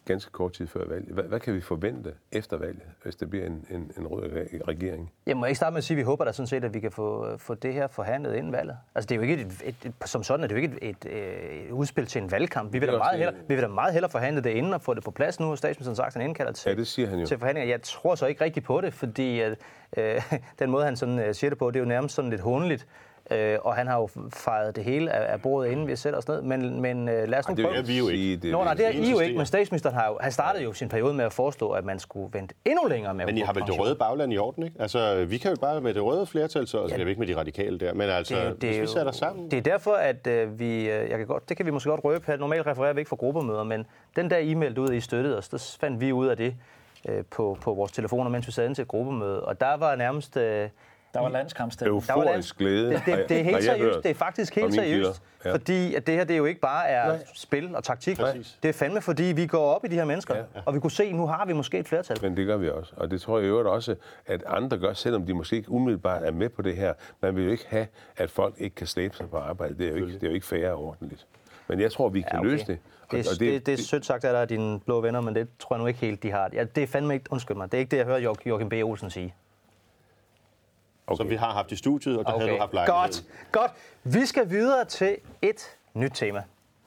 ganske kort tid før valget. Hvad, hvad kan vi forvente efter valget, hvis det bliver en, en, en rød regering? Jeg må ikke starte med at sige, at vi håber da sådan set, at vi kan få, få det her forhandlet inden valget. Altså det er jo ikke et, et, et, som sådan er det jo ikke et, et, et udspil til en valgkamp. Vi vil, da meget, hellere, vi vil da meget hellere forhandle det inden og få det på plads. Nu har statsministeren sagt, at han indkalder til, ja, det siger han jo. til forhandlinger. Jeg tror så ikke rigtigt på det, fordi at, øh, den måde, han sådan, øh, siger det på, det er jo nærmest sådan lidt hånligt. Øh, og han har jo fejret det hele af, af bordet, inden vi sætter os ned. Men, men øh, lad os nu prøve. Det er vi jo ikke. Det, Nå, nej, det er I jo ikke, men statsministeren har jo, han startede jo sin periode med at foreslå, at man skulle vente endnu længere med. Men I har vel det røde bagland i orden, ikke? Altså, vi kan jo bare med det røde flertal, så skal ja. vi ikke med de radikale der. Men altså, det, det hvis vi sætter sammen... Det er derfor, at øh, vi... Jeg kan godt, det kan vi måske godt røbe her. Normalt refererer vi ikke for gruppemøder, men den der e-mail, ud, I støttede os, der fandt vi ud af det øh, på, på vores telefoner, mens vi sad ind til et gruppemøde. Og der var nærmest... Øh, Der var landskampstemning. Euforisk glæde. Det, det, det er helt seriøst. Det er faktisk helt seriøst. Ja. Fordi at det her, det er jo ikke bare er Nej. spil og taktik. Nej. Det er fandme, fordi vi går op i de her mennesker. Ja. Og vi kunne se, at nu har vi måske et flertal. Men det gør vi også. Og det tror jeg i øvrigt også, at andre gør, selvom de måske ikke umiddelbart er med på det her. Man vil jo ikke have, at folk ikke kan slæbe sig på arbejde. Det er jo ikke, det er jo ikke fair og ordentligt. Men jeg tror, vi kan ja, okay. løse det. Og, det, og det, det, det er sødt sagt, at der er dine blå venner, men det tror jeg nu ikke helt, de har. Ja, det er fandme ikke, undskyld mig, det er ikke det, jeg hører Joachim B. Olsen sige. Okay. Som vi har haft i studiet, og der okay. havde du haft lejlighed. Godt, godt. Vi skal videre til et nyt tema.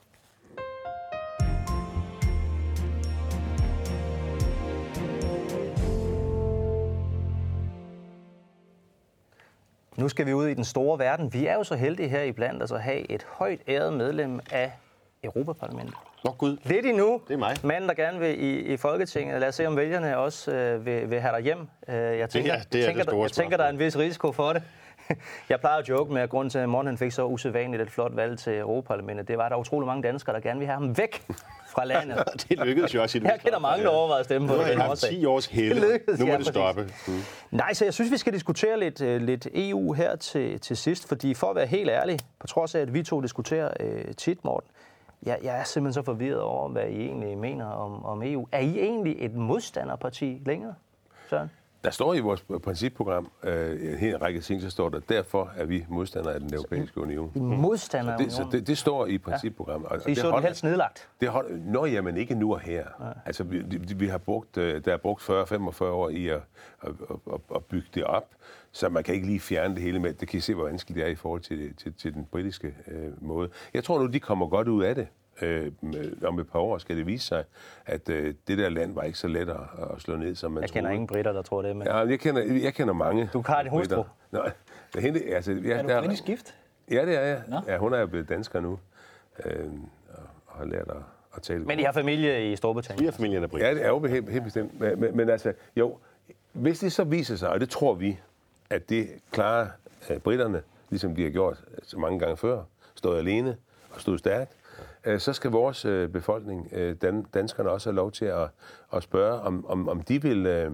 Nu skal vi ud i den store verden. Vi er jo så heldige her i blandt altså at have et højt æret medlem af Europaparlamentet. Nå gud. Lidt endnu. Det er mig. Manden, der gerne vil i, i Folketinget. Lad os se, om vælgerne også øh, vil, vil have dig hjem. Øh, jeg tænker, det er, det er tænker, det store jeg tænker, der er en vis risiko for det. Jeg plejer at joke med, at grunden til, at Morten fik så usædvanligt et flot valg til Europaparlamentet, det var, at der er utrolig mange danskere, der gerne vil have ham væk fra landet. Det lykkedes jo også i det. Jeg kender mange, der overvejer at stemme på det. Nu har jeg haft ti års hælde. Nu må det stoppe. Mm. Nej, så jeg synes, vi skal diskutere lidt, uh, lidt E U her til, til sidst, fordi for at være helt ærlig, på trods af, at vi to diskuterer uh, tit, Morten, jeg, jeg er simpelthen så forvirret over, hvad I egentlig mener om, om E U. Er I egentlig et modstanderparti længere, Søren? Der står i vores principprogram øh, en hel række ting, så står der, derfor er vi modstandere af den europæiske union. Modstandere af unionen? Så, det, så det, det står i principprogrammet. Ja. Så I så det helst nedlagt? Det holder, når jamen ikke nu og her. Ja. Altså, vi, vi har brugt, der er brugt fyrre til femogfyrre år i at, at, at, at bygge det op, så man kan ikke lige fjerne det hele med. Det kan I se, hvor vanskeligt det er i forhold til, til, til den britiske øh, måde. Jeg tror nu, de kommer godt ud af det. Øh, om et par år skal det vise sig, at øh, det der land var ikke så let at, at slå ned, som man Jeg kender troede. ingen britter, der tror det. Men... Ja, jeg kender, jeg kender mange. Du har din hustru? Nå, hende, altså, ja, er du der, britisk gift? Ja, det er jeg. Ja, hun er jo blevet dansker nu, øh, og har lært at, at tale. Men I har familie i Storbritannien? Vi har familien af britter. Ja, det er jo helt, helt bestemt. Men, men, men altså, jo, hvis det så viser sig, og det tror vi, at det klarer uh, britterne, ligesom de har gjort så mange gange før, stået alene og stod stærkt, så skal vores befolkning, danskerne, også have lov til at, at spørge, om, om, om, de vil,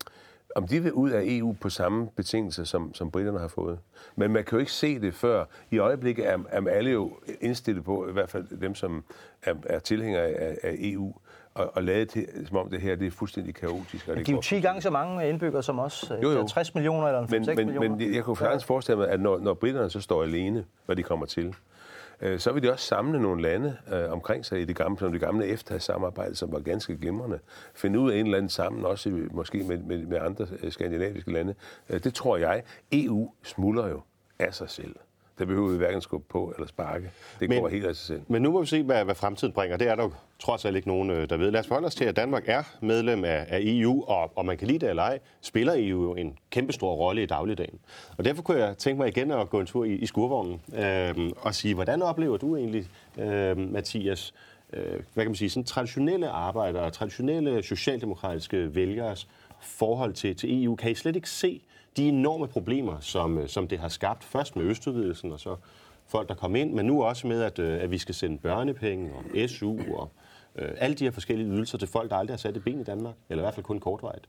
om de vil ud af E U på samme betingelser, som, som britterne har fået. Men man kan jo ikke se det før. I øjeblikket er, er alle jo indstillet på, i hvert fald dem, som er, er tilhængere af, af E U, og, og lade det, som om det her det er fuldstændig kaotisk. Og det de er jo ti gange så mange indbyggere som os. Jo, jo. tres millioner eller men, seks men, millioner. Men jeg kunne faktisk forestille mig, at når, når britterne så står alene, hvad de kommer til, så vil de også samle nogle lande øh, omkring sig i det gamle, som det gamle EFTA-samarbejde, som var ganske glimrende. Finde ud af en eller anden sammen, også måske med, med, med andre skandinaviske lande. Øh, det tror jeg. E U smuldrer jo af sig selv. Der behøver vi hverken skubbe på eller sparke. Det men, går helt af sig selv. Men nu må vi se, hvad, hvad fremtiden bringer. Det er der jo trods alt ikke nogen, der ved. Lad os forholde os til, at Danmark er medlem af, af E U, og, og man kan lide det eller ej, spiller E U jo en kæmpestor rolle i dagligdagen. Og derfor kunne jeg tænke mig igen at gå en tur i, i skurvognen øh, og sige, hvordan oplever du egentlig, øh, Mathias, øh, hvad kan man sige, sådan traditionelle arbejdere, traditionelle socialdemokratiske vælgeres forhold til, til E U? Kan I slet ikke se de enorme problemer, som, som det har skabt, først med østudvidelsen og så folk, der kom ind, men nu også med, at, at vi skal sende børnepenge og S U og øh, alle de her forskellige ydelser til folk, der aldrig har sat et ben i Danmark, eller i hvert fald kun kortvarigt?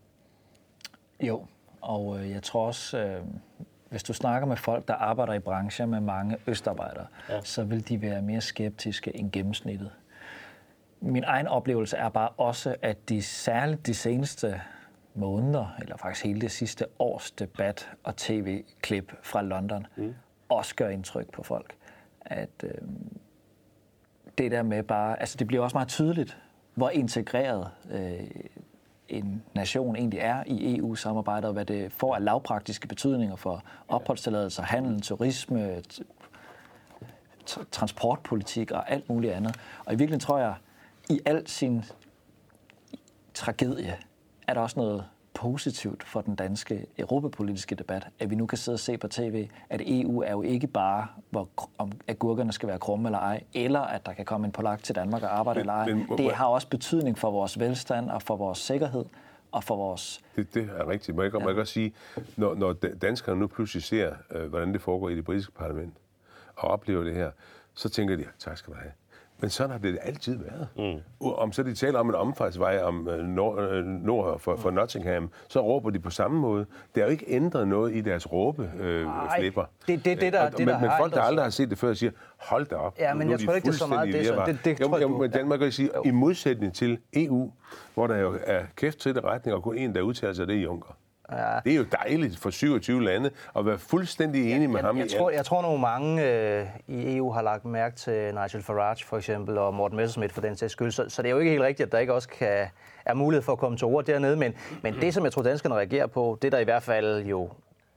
Jo, og øh, jeg tror også, øh, hvis du snakker med folk, der arbejder i brancher med mange østarbejdere, ja. så vil de være mere skeptiske end gennemsnittet. Min egen oplevelse er bare også, at de særligt de seneste måneder, eller faktisk hele det sidste års debat og tv-klip fra London, mm. også gør indtryk på folk. At øh, det der med bare, altså det bliver også meget tydeligt hvor integreret øh, en nation egentlig er i E U-samarbejdet, og hvad det får af lavpraktiske betydninger for opholdstilladelser, handel, turisme, t- transportpolitik og alt muligt andet. Og i virkeligheden tror jeg, i al sin tragedie, er der også noget positivt for den danske europapolitiske debat, at vi nu kan sidde og se på tv, at E U er jo ikke bare, hvor, om agurkerne skal være krumme eller ej, eller at der kan komme en polak til Danmark og arbejde eller ej. Det har også betydning for vores velstand og for vores sikkerhed og for vores... Det, det er rigtigt. Må jeg, ja. må jeg godt sige, når, når danskerne nu pludselig ser, øh, hvordan det foregår i det britiske parlament, og oplever det her, så tænker de, tak skal du have. Men sådan har det altid været. Mm. Om så de taler om en omfartsvej om nord, nord for, for Nottingham, så råber de på samme måde. Det er jo ikke ændret noget i deres råbeflipper. Øh, det, det, det, der, og, det, men, der men folk, der aldrig har set det før, siger, hold da op. Ja, men jeg tror ikke, det er så meget det. Så det, det jo, tror jo, du. Men Danmark kan sige, jo. i modsætning til E U, hvor der jo er kæft til det retning, og kun en, der udtaler sig, det er Juncker. Ja. Det er jo dejligt for syvogtyve lande at være fuldstændig enige ja, med jeg, ham. Jeg, jeg, tror, jeg tror, nogle mange øh, i E U har lagt mærke til Nigel Farage for eksempel, og Morten Messerschmidt for den sags skyld. Så, så det er jo ikke helt rigtigt, at der ikke også kan, er mulighed for at komme til ord dernede. Men, men det, som jeg tror, danskerne reagerer på, det der i hvert fald jo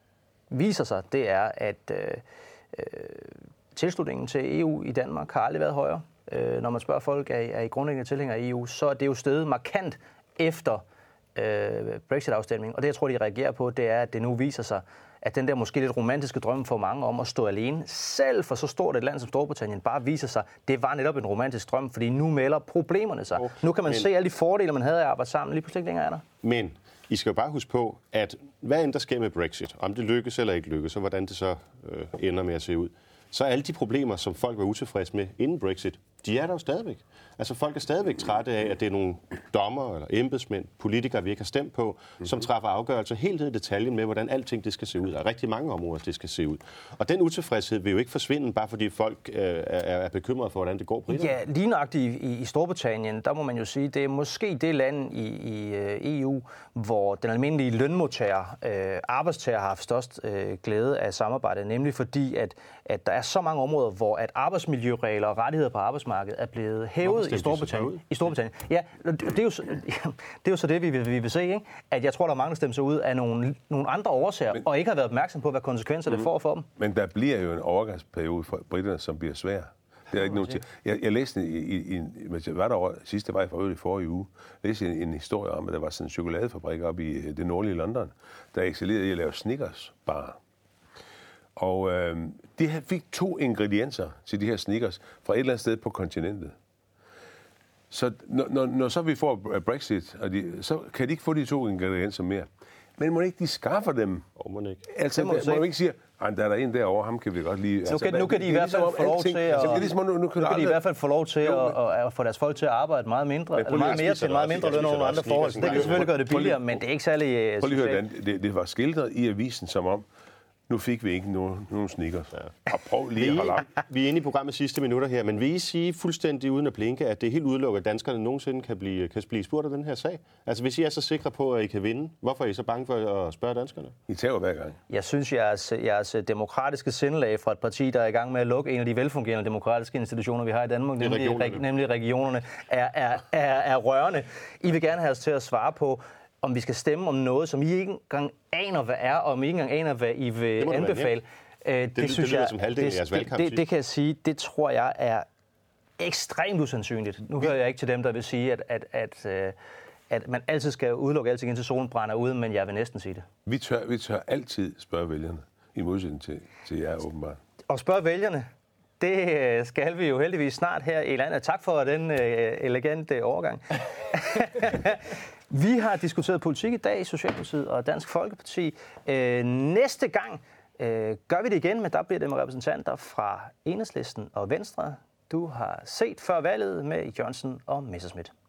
viser sig, det er, at øh, øh, tilslutningen til E U i Danmark har aldrig været højere. Øh, når man spørger folk, er, er I grundlæggende tilhængere af E U, så er det jo steget markant efter Brexit-afstemning. Og det, jeg tror, de reagerer på, det er, at det nu viser sig, at den der måske lidt romantiske drøm for mange om at stå alene, selv for så stort et land som Storbritannien, bare viser sig, det var netop en romantisk drøm, fordi nu melder problemerne sig. Oh, nu kan man men, se alle de fordele, man havde af at arbejde sammen, lige pludselig ikke længere er der. Men I skal jo bare huske på, at hvad end der sker med Brexit, om det lykkes eller ikke lykkes, og hvordan det så øh, ender med at se ud, så alle de problemer, som folk var utilfredse med inden Brexit, de er der jo stadigvæk. Altså folk er stadigvæk trætte af, at det er nogle dommer eller embedsmænd, politikere, vi ikke har stemt på, mm-hmm. som træffer afgørelser helt ned i detaljen med, hvordan alting det skal se ud. Der er rigtig mange områder, det skal se ud. Og den utilfredshed vil jo ikke forsvinde, bare fordi folk øh, er, er bekymrede for, hvordan det går britterne. Ja, lige nøjagtigt i, i Storbritannien, der må man jo sige, det er måske det land i, i E U, hvor den almindelige lønmodtager, øh, arbejdstager har haft størst øh, glæde af samarbejdet, nemlig fordi, at, at der er så mange områder, hvor at arbejdsmiljøregler og rettigheder på arbejdsmarkedet er blevet hævet i Storbritannien. I Storbritannien. Ja, det er jo, det er jo så det, vi vil, vi vil se, ikke? At jeg tror, der er mange, der stemmer sig ud af nogle, nogle andre årsager, men, og ikke har været opmærksom på, hvad konsekvenser mm, det får for dem. Men der bliver jo en overgangsperiode for britterne, som bliver svær. Det er ikke nogen til. Jeg, jeg læste i, i, i jeg var der sidste vej for øvrigt i forrige uge, læste en, en historie om, at der var sådan en chokoladefabrik oppe i det nordlige London, der excellerede i at lave Snickers bare. Og øh, de fik to ingredienser til de her Snickers fra et eller andet sted på kontinentet. Så når, når, når så vi får Brexit, og de, så kan de ikke få de to ingredienser mere. Men må ikke de skaffer dem? Oh, må ikke. Altså, må, må ikke sige, at der er der en derovre, ham kan vi godt lide. Altså, nu kan, nu kan de i hvert fald få lov til at, nu kan de i hvert fald få lov til at, at få deres folk til at arbejde meget mindre, eller meget mere til en meget mindre løn og nogle andre forhold. Det kan selvfølgelig gøre det billigere, men det er ikke særlig. Prøv lige at høre, det, det var skildret i avisen som om, nu fik vi ikke nogen, nogen Snickers. Ja. Og prøv lige at holde op. Vi er inde i programmet sidste minutter her, men vil I sige fuldstændig uden at blinke, at det er helt udelukket, at danskerne nogensinde kan blive, kan blive spurgt af den her sag? Altså hvis I er så sikre på, at I kan vinde, hvorfor er I så bange for at spørge danskerne? I tager hver gang. Jeg synes, jeres, jeres demokratiske sindelag fra et parti, der er i gang med at lukke en af de velfungerende demokratiske institutioner, vi har i Danmark, nemlig regionerne, nemlig regionerne er, er, er, er rørende. I vil gerne have os til at svare på, om vi skal stemme om noget, som I ikke engang aner, hvad er, og om I ikke engang aner, hvad I vil anbefale. Det, det, synes det lyder jeg, som halvdelen af jeres valgkamp. Det, det, det kan jeg sige, det tror jeg er ekstremt usandsynligt. Nu hører jeg ikke til dem, der vil sige, at, at, at, at, at man altid skal udelukke alting, indtil solen brænder ud, men jeg vil næsten sige det. Vi tør, vi tør altid spørge vælgerne, i modsætning til, til jer åbenbart. Og spørge vælgerne, det skal vi jo heldigvis snart her i landet. Tak for den øh, elegante overgang. Vi har diskuteret politik i dag i Socialdemokratiet og Dansk Folkeparti. Øh, næste gang øh, gør vi det igen, men der bliver det med repræsentanter fra Enhedslisten og Venstre. Du har set før valget med Jørgensen og Messerschmidt.